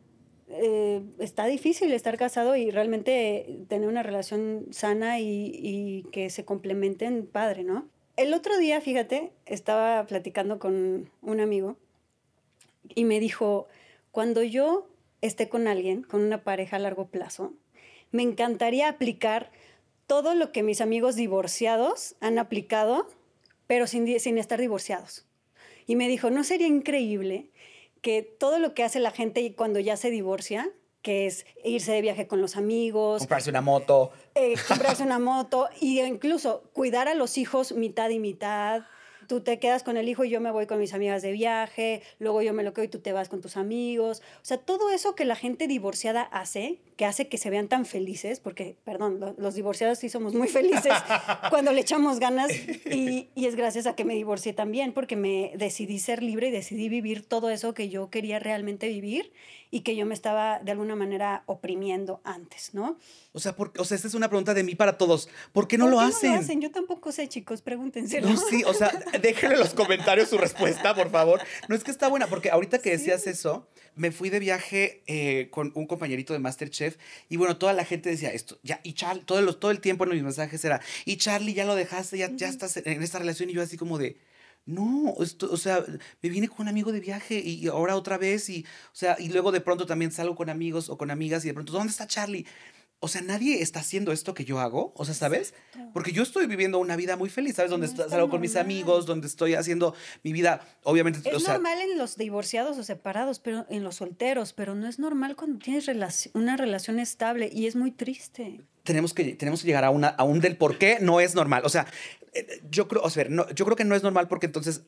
está difícil estar casado y realmente tener una relación sana y que se complementen padre, ¿no? El otro día, fíjate, estaba platicando con un amigo y me dijo, cuando yo esté con alguien, con una pareja a largo plazo, me encantaría aplicar todo lo que mis amigos divorciados han aplicado, pero sin estar divorciados. Y me dijo, ¿no sería increíble que todo lo que hace la gente cuando ya se divorcia, que es irse de viaje con los amigos, comprarse una moto, comprarse una moto y incluso cuidar a los hijos mitad y mitad. Tú te quedas con el hijo y yo me voy con mis amigas de viaje, luego yo me lo quedo y tú te vas con tus amigos. O sea, todo eso que la gente divorciada hace, que hace que se vean tan felices, porque, perdón, los divorciados sí somos muy felices cuando le echamos ganas y es gracias a que me divorcié también, porque me decidí ser libre y decidí vivir todo eso que yo quería realmente vivir y que yo me estaba de alguna manera oprimiendo antes, ¿no? O sea, esta es una pregunta de mí para todos. ¿Por qué no ¿Por lo qué hacen? no lo hacen? Yo tampoco sé, chicos, pregúntenselo. No, sí, o sea, déjenle en los comentarios su respuesta, por favor. No, es que está buena, porque ahorita que decías eso, me fui de viaje con un compañerito de MasterChef y bueno, toda la gente decía esto, ya, y Charlie, todo el tiempo en mis mensajes era, y Charlie, ya lo dejaste, ya estás en esta relación y yo así como de... No, o sea, me vine con un amigo de viaje y ahora otra vez o sea, y luego de pronto también salgo con amigos o con amigas y de pronto, ¿dónde está Charlie? O sea, nadie está haciendo esto que yo hago, o sea, ¿sabes? Porque yo estoy viviendo una vida muy feliz, ¿sabes? Donde salgo con mis amigos, donde estoy haciendo mi vida, obviamente, es o sea... normal en los divorciados o separados, pero en los solteros, pero no es normal cuando tienes una relación estable y es muy triste. Tenemos que llegar a un del por qué no es normal. O sea, yo creo, o sea, no, yo creo que no es normal porque entonces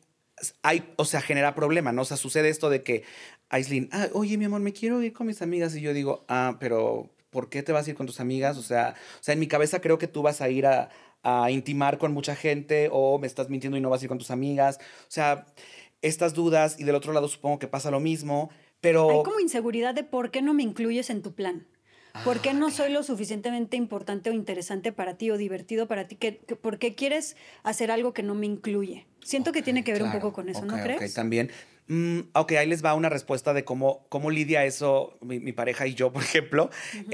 o sea, genera problema, ¿no? O sea, sucede esto de que Aislinn, oye, mi amor, me quiero ir con mis amigas. Y yo digo, pero ¿por qué te vas a ir con tus amigas? O sea, en mi cabeza creo que tú vas a ir a intimar con mucha gente o me estás mintiendo y no vas a ir con tus amigas. O sea, estas dudas y del otro lado supongo que pasa lo mismo, pero... Hay como inseguridad de por qué no me incluyes en tu plan. ¿Por qué no claro. soy lo suficientemente importante o interesante para ti o divertido para ti? ¿Por qué quieres hacer algo que no me incluye? Siento que tiene que ver un poco con eso, ¿no crees? Ok, también. Ok, ahí les va una respuesta de cómo lidia eso mi pareja y yo, por ejemplo.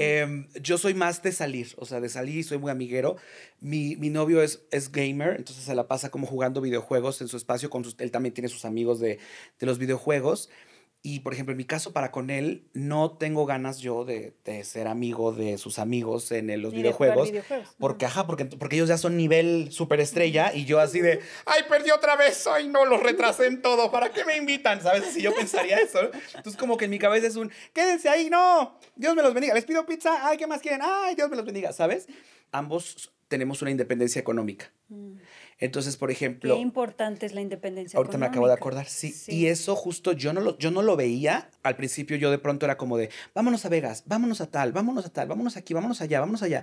Yo soy más de salir, o sea, de salir, soy muy amiguero. Mi novio es gamer, entonces se la pasa como jugando videojuegos en su espacio. Él también tiene sus amigos de los videojuegos. Y, por ejemplo, en mi caso, para con él, no tengo ganas yo de ser amigo de sus amigos en los Ni de jugar videojuegos. videojuegos. Porque ellos ya son nivel superestrella y yo así de, ¡ay, perdí otra vez! ¡Ay, no, los retrasé en todo! ¿Para qué me invitan? ¿Sabes? Así yo pensaría eso. Entonces, como que en mi cabeza es ¡quédense ahí! ¡No! ¡Dios me los bendiga! ¿Les pido pizza? ¡Ay, qué más quieren! ¡Ay, Dios me los bendiga! ¿Sabes? Ambos tenemos una independencia económica. Entonces, por ejemplo... Qué importante es la independencia Ahorita económica. me acabo de acordar, sí. Y eso justo yo no lo veía. Al principio yo de pronto era como de, vámonos a Vegas, vámonos a tal, vámonos aquí, vámonos allá, vámonos allá.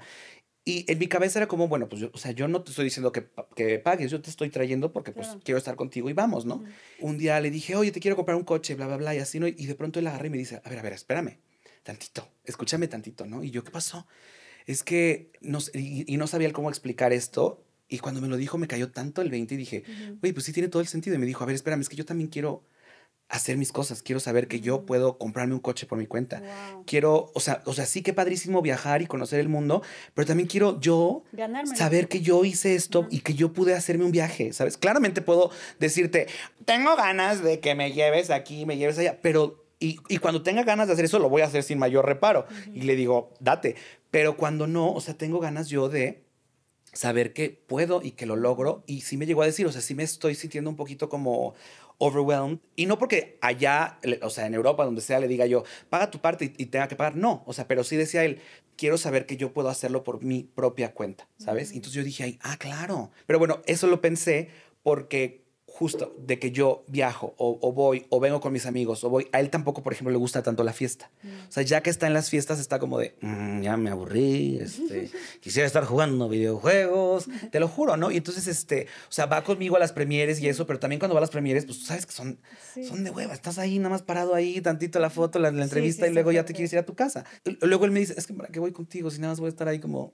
Y en mi cabeza era como, bueno, pues o sea, yo no te estoy diciendo que pagues, yo te estoy trayendo porque pues quiero estar contigo y vamos, ¿no? Un día le dije, oye, te quiero comprar un coche, bla, bla, bla, y así, ¿no? Y de pronto él agarra y me dice, a ver, espérame, tantito, escúchame tantito, ¿no? Y yo, ¿qué pasó? Es que no sabía cómo explicar esto. Y cuando me lo dijo me cayó tanto el 20 y dije, oye, pues sí tiene todo el sentido. Y me dijo, a ver, espérame, es que yo también quiero hacer mis cosas. Quiero saber que yo puedo comprarme un coche por mi cuenta. Wow. Quiero, o sea, sí que padrísimo viajar y conocer el mundo, pero también quiero yo saber que yo hice esto y que yo pude hacerme un viaje, ¿sabes? Claramente puedo decirte, tengo ganas de que me lleves aquí, me lleves allá, pero... Y cuando tenga ganas de hacer eso, lo voy a hacer sin mayor reparo. Y le digo, date. Pero cuando no, o sea, tengo ganas yo de saber que puedo y que lo logro. Y sí me llegó a decir, o sea, sí me estoy sintiendo un poquito como overwhelmed. Y no porque allá, o sea, en Europa, donde sea, le diga yo, paga tu parte y tenga que pagar. No, o sea, pero sí decía él, quiero saber que yo puedo hacerlo por mi propia cuenta, ¿sabes? Y entonces yo dije, ay, claro. Pero bueno, eso lo pensé porque justo de que yo viajo o voy o vengo con mis amigos o voy, a él tampoco, por ejemplo, le gusta tanto la fiesta. O sea, ya que está en las fiestas está como de, ya me aburrí, quisiera estar jugando videojuegos, te lo juro, ¿no? Y entonces, o sea, va conmigo a las premieres y eso, pero también cuando va a las premieres, pues tú sabes que son de hueva, estás ahí nada más parado ahí, tantito la foto, la entrevista y luego ya te quieres ir a tu casa. Luego él me dice, es que ¿para qué voy contigo si nada más voy a estar ahí como...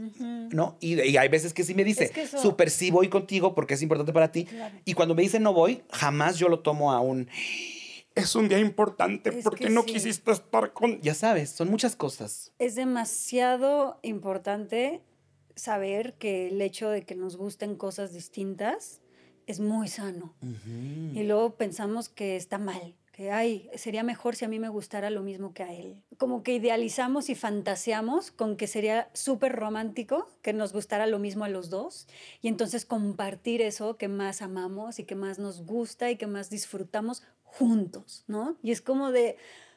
¿no? Y hay veces que sí me dice, súper sí voy contigo porque es importante para ti. Claro. Y cuando me dice no voy, jamás yo lo tomo a un... Es un día importante porque no quisiste estar con... Ya sabes, son muchas cosas. Es demasiado importante saber que el hecho de que nos gusten cosas distintas es muy sano. Y luego pensamos que está mal. que, ay, sería mejor si a mí me gustara lo mismo que a él. Como que idealizamos y fantaseamos con que sería súper romántico que nos gustara lo mismo a los dos y entonces compartir eso que más amamos y que más nos gusta y que más disfrutamos juntos, ¿no? Y es como de...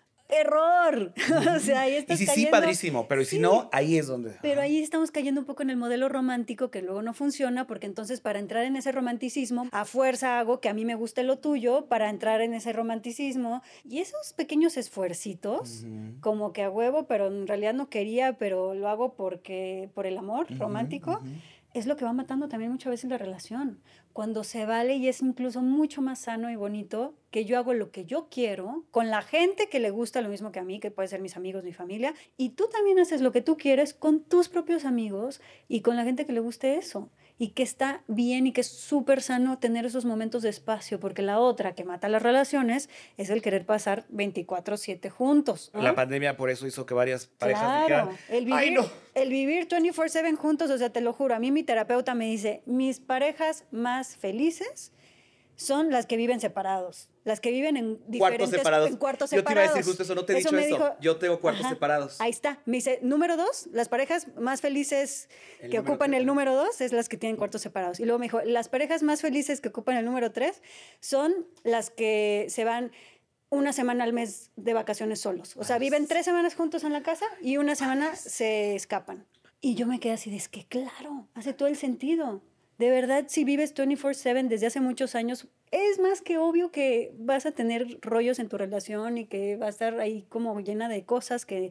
¡error! O sea, ahí estás y si cayendo... sí, padrísimo, pero Sí, si no, ahí es donde... pero ahí estamos cayendo un poco en el modelo romántico que luego no funciona porque entonces para entrar en ese romanticismo a fuerza hago que a mí me guste lo tuyo para entrar en ese romanticismo y esos pequeños esfuercitos como que a huevo pero en realidad no quería pero lo hago porque por el amor romántico es lo que va matando también muchas veces la relación. Cuando se vale y es incluso mucho más sano y bonito que yo hago lo que yo quiero con la gente que le gusta lo mismo que a mí, que puede ser mis amigos, mi familia, y tú también haces lo que tú quieres con tus propios amigos y con la gente que le guste eso. Y que está bien y que es súper sano tener esos momentos de espacio, porque la otra que mata las relaciones es el querer pasar 24/7 juntos, ¿no? La pandemia por eso hizo que varias parejas dijeran, ¡ay, no! El vivir 24/7 juntos, o sea, te lo juro, a mí mi terapeuta me dice, mis parejas más felices son las que viven separados, las que viven en diferentes cuartos separados. Yo te iba a decir justo eso, no te he dicho eso. Yo tengo cuartos separados. Ahí está. Me dice, número 2, las parejas más felices que ocupan el número 2 es las que tienen cuartos separados. Y luego me dijo, las parejas más felices que ocupan el número 3 son las que se van una semana al mes de vacaciones solos. O sea, viven 3 semanas juntos en la casa y una semana se escapan. Y yo me quedé así de, es que claro, hace todo el sentido. De verdad, si vives 24/7 desde hace muchos años, es más que obvio que vas a tener rollos en tu relación y que va a estar ahí como llena de cosas que,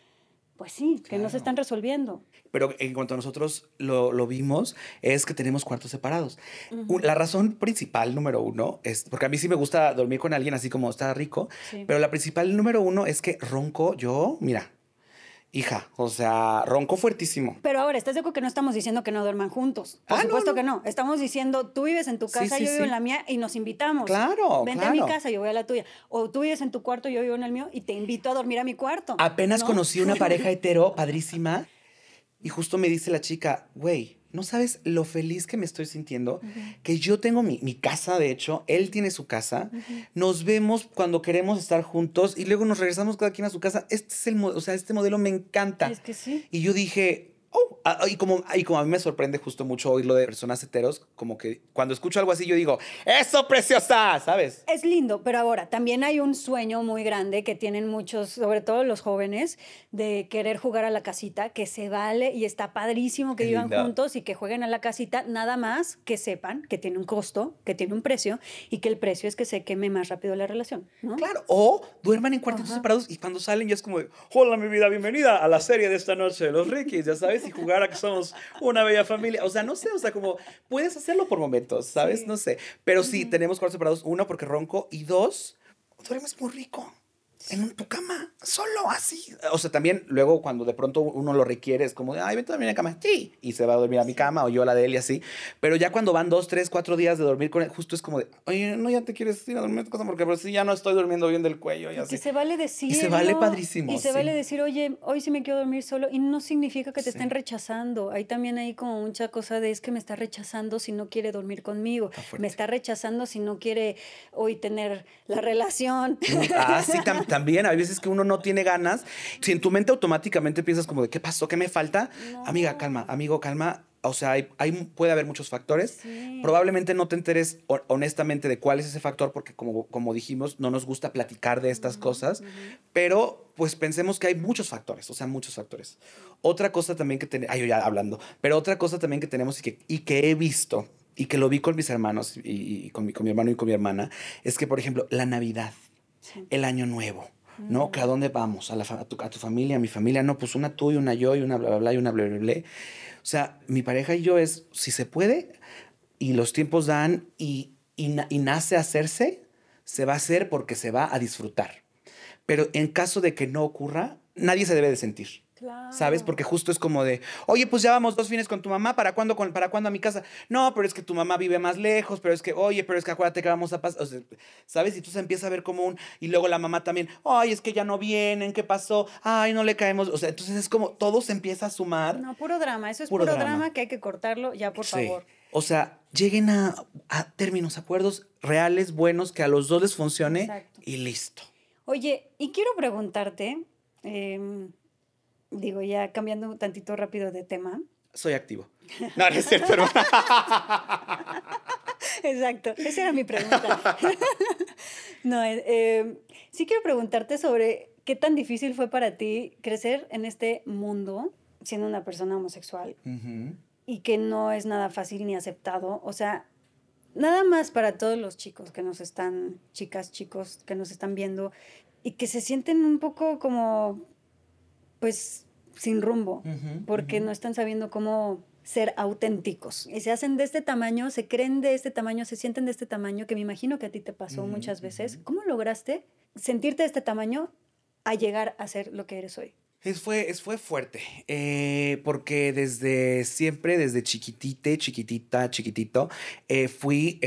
pues sí, que no se están resolviendo. Pero en cuanto a nosotros lo vimos, es que tenemos cuartos separados. La razón principal, número 1, es porque a mí sí me gusta dormir con alguien así como está rico, pero la principal número 1 es que ronco yo, mira, hija, o sea, ronco fuertísimo. Pero ahora, ¿estás de acuerdo que no estamos diciendo que no duerman juntos? Por supuesto que no. Estamos diciendo, tú vives en tu casa, yo vivo en la mía y nos invitamos. Claro, Vente a mi casa, yo voy a la tuya. O tú vives en tu cuarto, yo vivo en el mío y te invito a dormir a mi cuarto. Apenas conocí una pareja hetero padrísima y justo me dice la chica, güey, no sabes lo feliz que me estoy sintiendo, que yo tengo mi casa, de hecho, él tiene su casa, nos vemos cuando queremos estar juntos y luego nos regresamos cada quien a su casa. Este es este modelo me encanta. Es que sí. Y yo dije, y como a mí me sorprende justo mucho oírlo de personas heteros, como que cuando escucho algo así yo digo, ¡eso, preciosa! ¿Sabes? Es lindo, pero ahora también hay un sueño muy grande que tienen muchos, sobre todo los jóvenes, de querer jugar a la casita, que se vale y está padrísimo que vivan juntos y que jueguen a la casita, nada más que sepan que tiene un costo, que tiene un precio y que el precio es que se queme más rápido la relación, ¿no? Claro, o duerman en cuartitos separados y cuando salen ya es como, hola mi vida, bienvenida a la serie de esta noche, los Rickies, ya sabes, y jugar a que somos una bella familia. O sea, no sé, o sea, como puedes hacerlo por momentos, ¿sabes? Sí. No sé. Pero sí, tenemos cuartos separados. 1, porque ronco. Y 2, duermes muy rico. En tu cama, solo así. O sea, también luego cuando de pronto uno lo requiere es como de, ay, vente a dormir a mi cama. Sí. Y se va a dormir a mi cama o yo a la de él y así. Pero ya cuando van 2, 3, 4 días de dormir con él, justo es como de, oye, no, ya te quieres ir a dormir a tu casa porque pues, sí, ya no estoy durmiendo bien del cuello y así. Y se vale decir. Y se vale padrísimo. Y se vale decir, oye, hoy sí me quiero dormir solo. Y no significa que te estén rechazando. Hay también ahí como mucha cosa de, es que me está rechazando si no quiere dormir conmigo. Me está rechazando si no quiere hoy tener la relación. Sí, también. Hay veces que uno no tiene ganas. Si en tu mente automáticamente piensas como de, ¿qué pasó? ¿Qué me falta? No. Amiga, calma. Amigo, calma. O sea, puede haber muchos factores. Sí. Probablemente no te enteres honestamente de cuál es ese factor porque como dijimos, no nos gusta platicar de estas cosas. Pero pues pensemos que hay muchos factores. O sea, muchos factores. Otra cosa también que tenemos... Ay, yo ya hablando. Pero otra cosa también que tenemos y que he visto y que lo vi con mis hermanos y con mi hermano y con mi hermana es que, por ejemplo, la Navidad, el Año Nuevo, ¿no? ¿Que a dónde vamos? ¿A tu familia, a mi familia? No, pues una tú y una yo y una bla, bla, bla y una bla, bla, bla. O sea, mi pareja y yo es, si se puede y los tiempos dan y nace hacerse, se va a hacer porque se va a disfrutar. Pero en caso de que no ocurra, nadie se debe de sentir. Claro. ¿Sabes? Porque justo es como de, oye, pues ya vamos 2 fines con tu mamá, ¿para cuándo a mi casa? No, pero es que tu mamá vive más lejos, pero es que, oye, pero es que acuérdate que vamos a pasar, o sea, ¿sabes? Y tú se empieza a ver como y luego la mamá también, ay, es que ya no vienen, ¿qué pasó? Ay, no le caemos, o sea, entonces es como, todo se empieza a sumar. No, puro drama, eso es puro drama que hay que cortarlo ya, por favor. O sea, lleguen a términos, acuerdos reales, buenos, que a los dos les funcione. Exacto. Y listo. Oye, y quiero preguntarte, ya cambiando un tantito rápido de tema. Soy activo. No, no es cierto, hermano. Exacto, esa era mi pregunta. No, sí quiero preguntarte sobre qué tan difícil fue para ti crecer en este mundo siendo una persona homosexual y que no es nada fácil ni aceptado. O sea, nada más para todos los chicos que nos están, chicas, chicos que nos están viendo y que se sienten un poco como, pues, sin rumbo, porque no están sabiendo cómo ser auténticos. Y se hacen de este tamaño, se creen de este tamaño, se sienten de este tamaño, que me imagino que a ti te pasó muchas veces. ¿Cómo lograste sentirte de este tamaño a llegar a ser lo que eres hoy? Fue fuerte, porque desde siempre, desde chiquitito, fui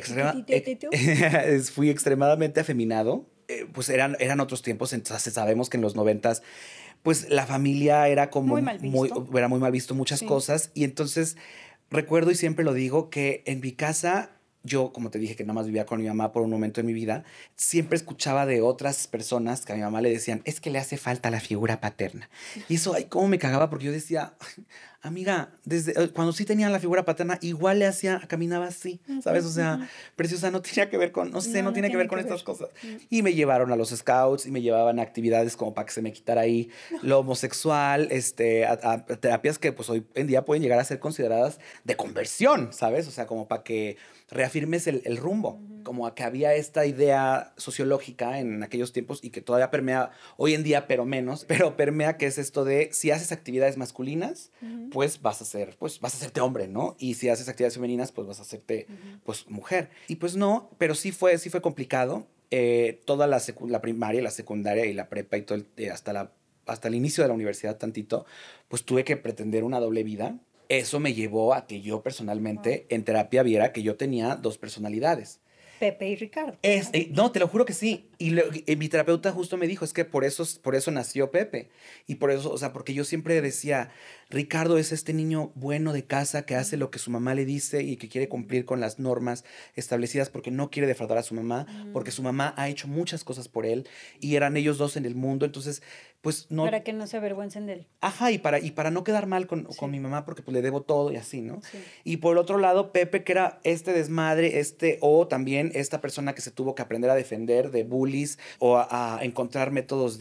extremadamente afeminado. Pues eran otros tiempos, entonces sabemos que en los 90s, pues la familia era como era muy mal visto muchas cosas. Y entonces recuerdo, y siempre lo digo, que en mi casa, yo, como te dije, que nada más vivía con mi mamá por un momento en mi vida, siempre escuchaba de otras personas que a mi mamá le decían, es que le hace falta la figura paterna. Y eso, ay, cómo me cagaba, porque yo decía, amiga, desde cuando sí tenía la figura paterna, igual le hacía, caminaba así, ¿sabes? O sea, preciosa, no tenía que ver con, no tiene que ver con estas cosas. Y me llevaron a los scouts y me llevaban a actividades como para que se me quitara ahí lo homosexual, a terapias que pues hoy en día pueden llegar a ser consideradas de conversión, ¿sabes? O sea, como para que reafirmes el rumbo, como a que había esta idea sociológica en aquellos tiempos y que todavía permea hoy en día, pero menos, pero permea, que es esto de si haces actividades masculinas, pues vas a hacerte hombre, ¿no? Y si haces actividades femeninas, pues vas a hacerte pues mujer. Y pues no, pero sí fue complicado. Toda la primaria, la secundaria y la prepa y todo hasta el inicio de la universidad tantito, pues tuve que pretender una doble vida. Eso me llevó a que yo personalmente en terapia viera que yo tenía dos personalidades. Pepe y Ricardo. No, te lo juro que sí. Y mi terapeuta justo me dijo, es que por eso nació Pepe. Y por eso, o sea, porque yo siempre decía, Ricardo es este niño bueno de casa que hace lo que su mamá le dice y que quiere cumplir con las normas establecidas porque no quiere defraudar a su mamá, porque su mamá ha hecho muchas cosas por él y eran ellos dos en el mundo. Entonces, pues no... Para que no se avergüencen de él. Ajá, y para no quedar mal con mi mamá porque pues le debo todo y así, ¿no? Sí. Y por otro lado, Pepe, que era este desmadre, o también esta persona que se tuvo que aprender a defender de bullies o a encontrar métodos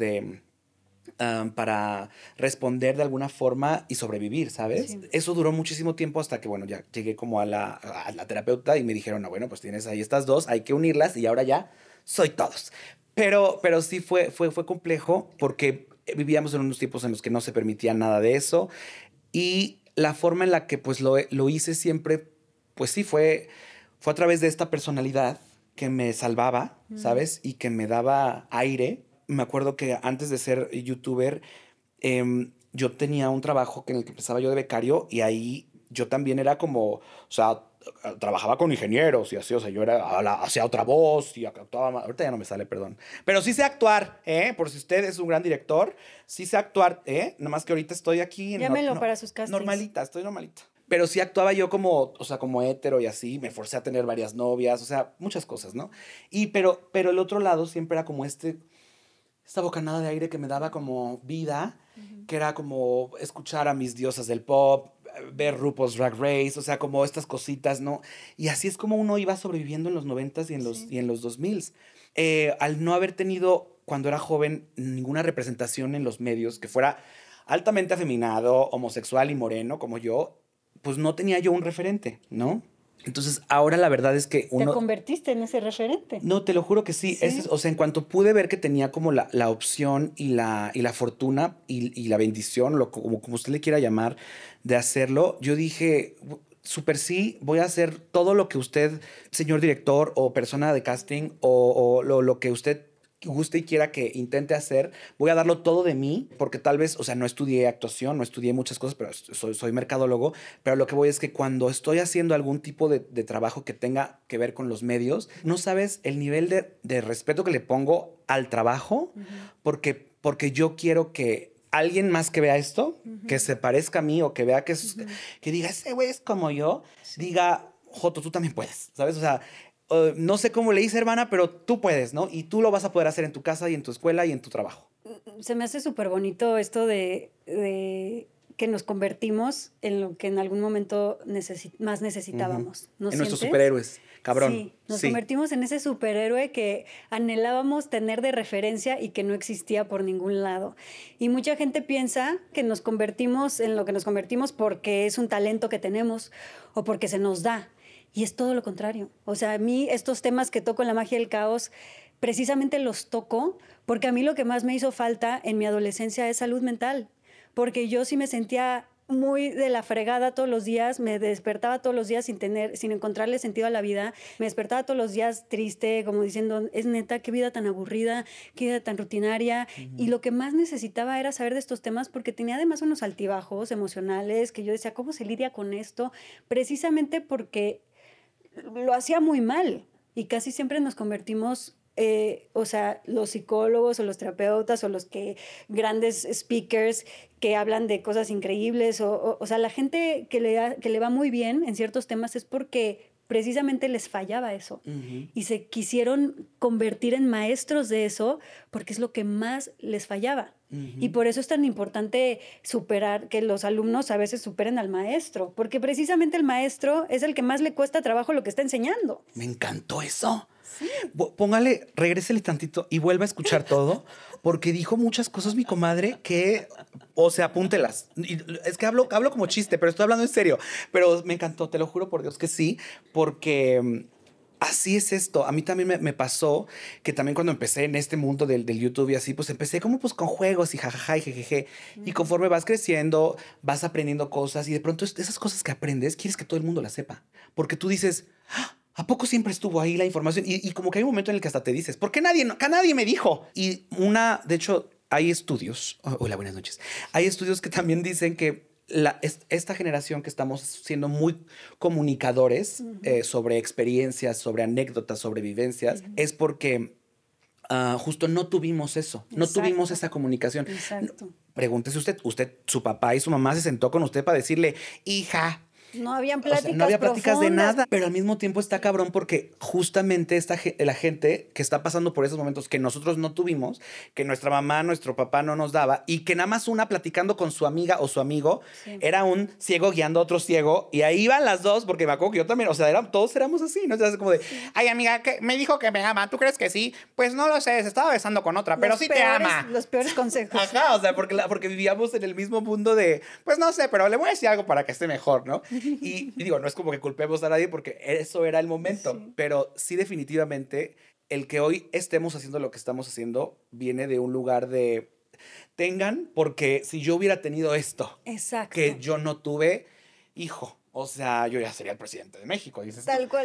para responder de alguna forma y sobrevivir, ¿sabes? Sí. Eso duró muchísimo tiempo hasta que, bueno, ya llegué como a la terapeuta y me dijeron, no, bueno, pues tienes ahí estas dos, hay que unirlas y ahora ya soy todos. Pero sí fue complejo porque vivíamos en unos tiempos en los que no se permitía nada de eso y la forma en la que pues lo hice siempre, pues sí, fue a través de esta personalidad que me salvaba, ¿sabes? Y que me daba aire. Me acuerdo que antes de ser youtuber, yo tenía un trabajo en el que empezaba yo de becario y ahí yo también era como, o sea, trabajaba con ingenieros y así, o sea, yo hacía otra voz y actuaba más. Ahorita ya no me sale, perdón. Pero sí sé actuar, por si usted es un gran director, sí sé actuar, nada más que ahorita estoy aquí. Llámelo para sus castings. Estoy normalita. Pero sí actuaba yo como hétero y así, me forcé a tener varias novias, o sea, muchas cosas, ¿no? Pero el otro lado siempre era como esta bocanada de aire que me daba como vida, que era como escuchar a mis diosas del pop, ver RuPaul's Drag Race, o sea, como estas cositas, ¿no? Y así es como uno iba sobreviviendo en los 90s y en los 2000s. Al no haber tenido, cuando era joven, ninguna representación en los medios que fuera altamente afeminado, homosexual y moreno como yo, pues no tenía yo un referente, ¿no? Entonces, ahora la verdad es que uno... ¿Te convertiste en ese referente? No, te lo juro que sí. O sea, en cuanto pude ver que tenía como la opción y la fortuna y la bendición, como usted le quiera llamar, de hacerlo, yo dije, súper sí, voy a hacer todo lo que usted, señor director o persona de casting, o lo que usted guste y quiera que intente hacer, voy a darlo todo de mí, porque tal vez, o sea, no estudié actuación, no estudié muchas cosas, pero soy mercadólogo, pero lo que voy es que cuando estoy haciendo algún tipo de trabajo que tenga que ver con los medios, no sabes el nivel de respeto que le pongo al trabajo, porque yo quiero que alguien más que vea esto, que se parezca a mí o que vea que diga, ese güey es como yo, diga, Joto, tú también puedes, ¿sabes? O no sé cómo le hice, hermana, pero tú puedes, ¿no? Y tú lo vas a poder hacer en tu casa y en tu escuela y en tu trabajo. Se me hace súper bonito esto de que nos convertimos en lo que en algún momento más necesitábamos. ¿No en nuestros sientes? superhéroes, cabrón. Sí, nos convertimos en ese superhéroe que anhelábamos tener de referencia y que no existía por ningún lado. Y mucha gente piensa que nos convertimos en lo que nos convertimos porque es un talento que tenemos o porque se nos da. Y es todo lo contrario. O sea, a mí estos temas que toco en la magia del caos, precisamente los toco porque a mí lo que más me hizo falta en mi adolescencia es salud mental. Porque yo sí me sentía muy de la fregada todos los días, me despertaba todos los días sin encontrarle sentido a la vida, me despertaba todos los días triste, como diciendo, es neta, qué vida tan aburrida, qué vida tan rutinaria, y lo que más necesitaba era saber de estos temas porque tenía además unos altibajos emocionales que yo decía, ¿cómo se lidia con esto? Precisamente porque lo hacía muy mal y casi siempre nos convertimos... o sea, los psicólogos o los terapeutas o los grandes speakers que hablan de cosas increíbles o sea, la gente que le va muy bien en ciertos temas es porque precisamente les fallaba eso y se quisieron convertir en maestros de eso porque es lo que más les fallaba. Y por eso es tan importante que los alumnos a veces superen al maestro, porque precisamente el maestro es el que más le cuesta trabajo lo que está enseñando. Me encantó eso. Sí. Regrésele tantito y vuelva a escuchar todo, porque dijo muchas cosas mi comadre que, o sea, apúntelas. Es que hablo como chiste, pero estoy hablando en serio. Pero me encantó, te lo juro por Dios que sí, porque... Así es esto. A mí también me pasó que también cuando empecé en este mundo del YouTube y así, pues empecé como pues con juegos y jajaja y jejeje. Y conforme vas creciendo, vas aprendiendo cosas y de pronto esas cosas que aprendes, quieres que todo el mundo las sepa. Porque tú dices, ¿a poco siempre estuvo ahí la información? Y como que hay un momento en el que hasta te dices, ¿por qué nadie me dijo? Y de hecho, hay estudios. Hola, buenas noches. Hay estudios que también dicen que esta generación que estamos siendo muy comunicadores sobre experiencias, sobre anécdotas, sobre vivencias, es porque justo no tuvimos eso. No tuvimos esa comunicación. Exacto. Pregúntese usted, su papá y su mamá se sentó con usted para decirle, hija... No habían pláticas, o sea, no había pláticas profundas. de nada, pero al mismo tiempo está cabrón porque justamente la gente que está pasando por esos momentos que nosotros no tuvimos, que nuestra mamá, nuestro papá no nos daba y que nada más una platicando con su amiga o su amigo era un ciego guiando a otro ciego y ahí iban las dos porque me acuerdo que yo también, o sea, todos éramos así, ¿no? O sea, como de, ay amiga, me dijo que me ama, ¿tú crees que sí? Pues no lo sé, se estaba besando con otra, pero sí te ama. Los peores consejos. Ajá, o sea, porque vivíamos en el mismo mundo de, pues no sé, pero le voy a decir algo para que esté mejor, ¿no? Y digo, no es como que culpemos a nadie porque eso era el momento, pero sí definitivamente el que hoy estemos haciendo lo que estamos haciendo viene de un lugar de tengan, porque si yo hubiera tenido esto que yo no tuve, hijo, o sea, yo ya sería el presidente de México. Dices Tal cual.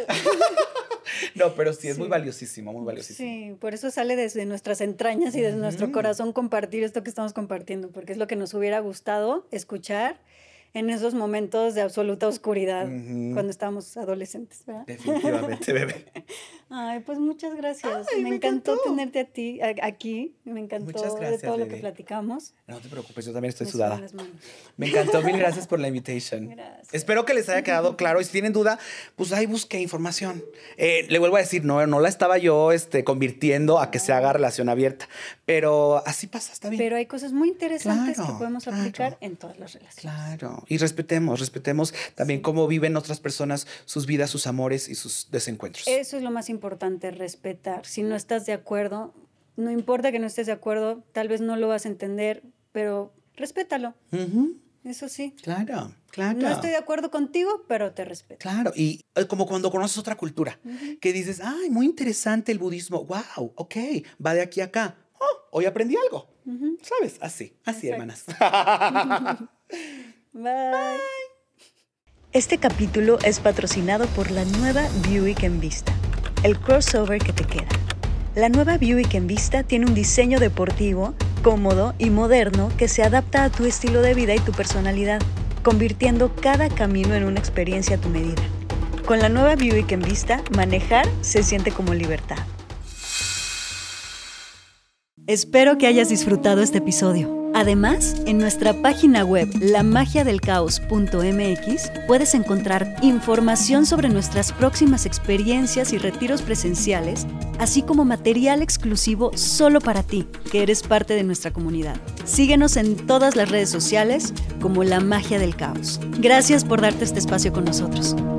No, pero sí, es muy valiosísimo, muy valiosísimo. Sí, por eso sale desde nuestras entrañas y desde nuestro corazón compartir esto que estamos compartiendo, porque es lo que nos hubiera gustado escuchar en esos momentos de absoluta oscuridad cuando estábamos adolescentes, ¿verdad? Definitivamente, bebé. Ay, pues muchas gracias. Ay, me encantó tenerte aquí. Me encantó muchas gracias, de todo bebé. lo que platicamos. No te preocupes, yo también estoy Me sudada. sudan las manos. Me encantó, mil gracias por la invitación. Gracias. Espero que les haya quedado claro. Y si tienen duda, pues ahí busque información. Le vuelvo a decir, no la estaba yo convirtiendo a que se haga relación abierta. Pero así pasa, está bien. Pero hay cosas muy interesantes Claro, que podemos aplicar en todas las relaciones. Claro. Y respetemos también cómo viven otras personas sus vidas, sus amores y sus desencuentros. Eso es lo más importante, respetar. Si no estás de acuerdo, no importa que no estés de acuerdo, tal vez no lo vas a entender, pero respétalo. Eso sí. Claro. No estoy de acuerdo contigo, pero te respeto. Claro, y como cuando conoces otra cultura, que dices, ay, muy interesante el budismo, wow, ok, va de aquí a acá. Oh, hoy aprendí algo, ¿sabes? Así, hermanas. Bye. Este capítulo es patrocinado por la nueva Buick Envista, el crossover que te queda. La nueva Buick Envista tiene un diseño deportivo, cómodo y moderno que se adapta a tu estilo de vida y tu personalidad, convirtiendo cada camino en una experiencia a tu medida. Con la nueva Buick Envista, manejar se siente como libertad. Espero que hayas disfrutado este episodio. Además, en nuestra página web lamagiadelcaos.mx puedes encontrar información sobre nuestras próximas experiencias y retiros presenciales, así como material exclusivo solo para ti, que eres parte de nuestra comunidad. Síguenos en todas las redes sociales como La Magia del Caos. Gracias por darte este espacio con nosotros.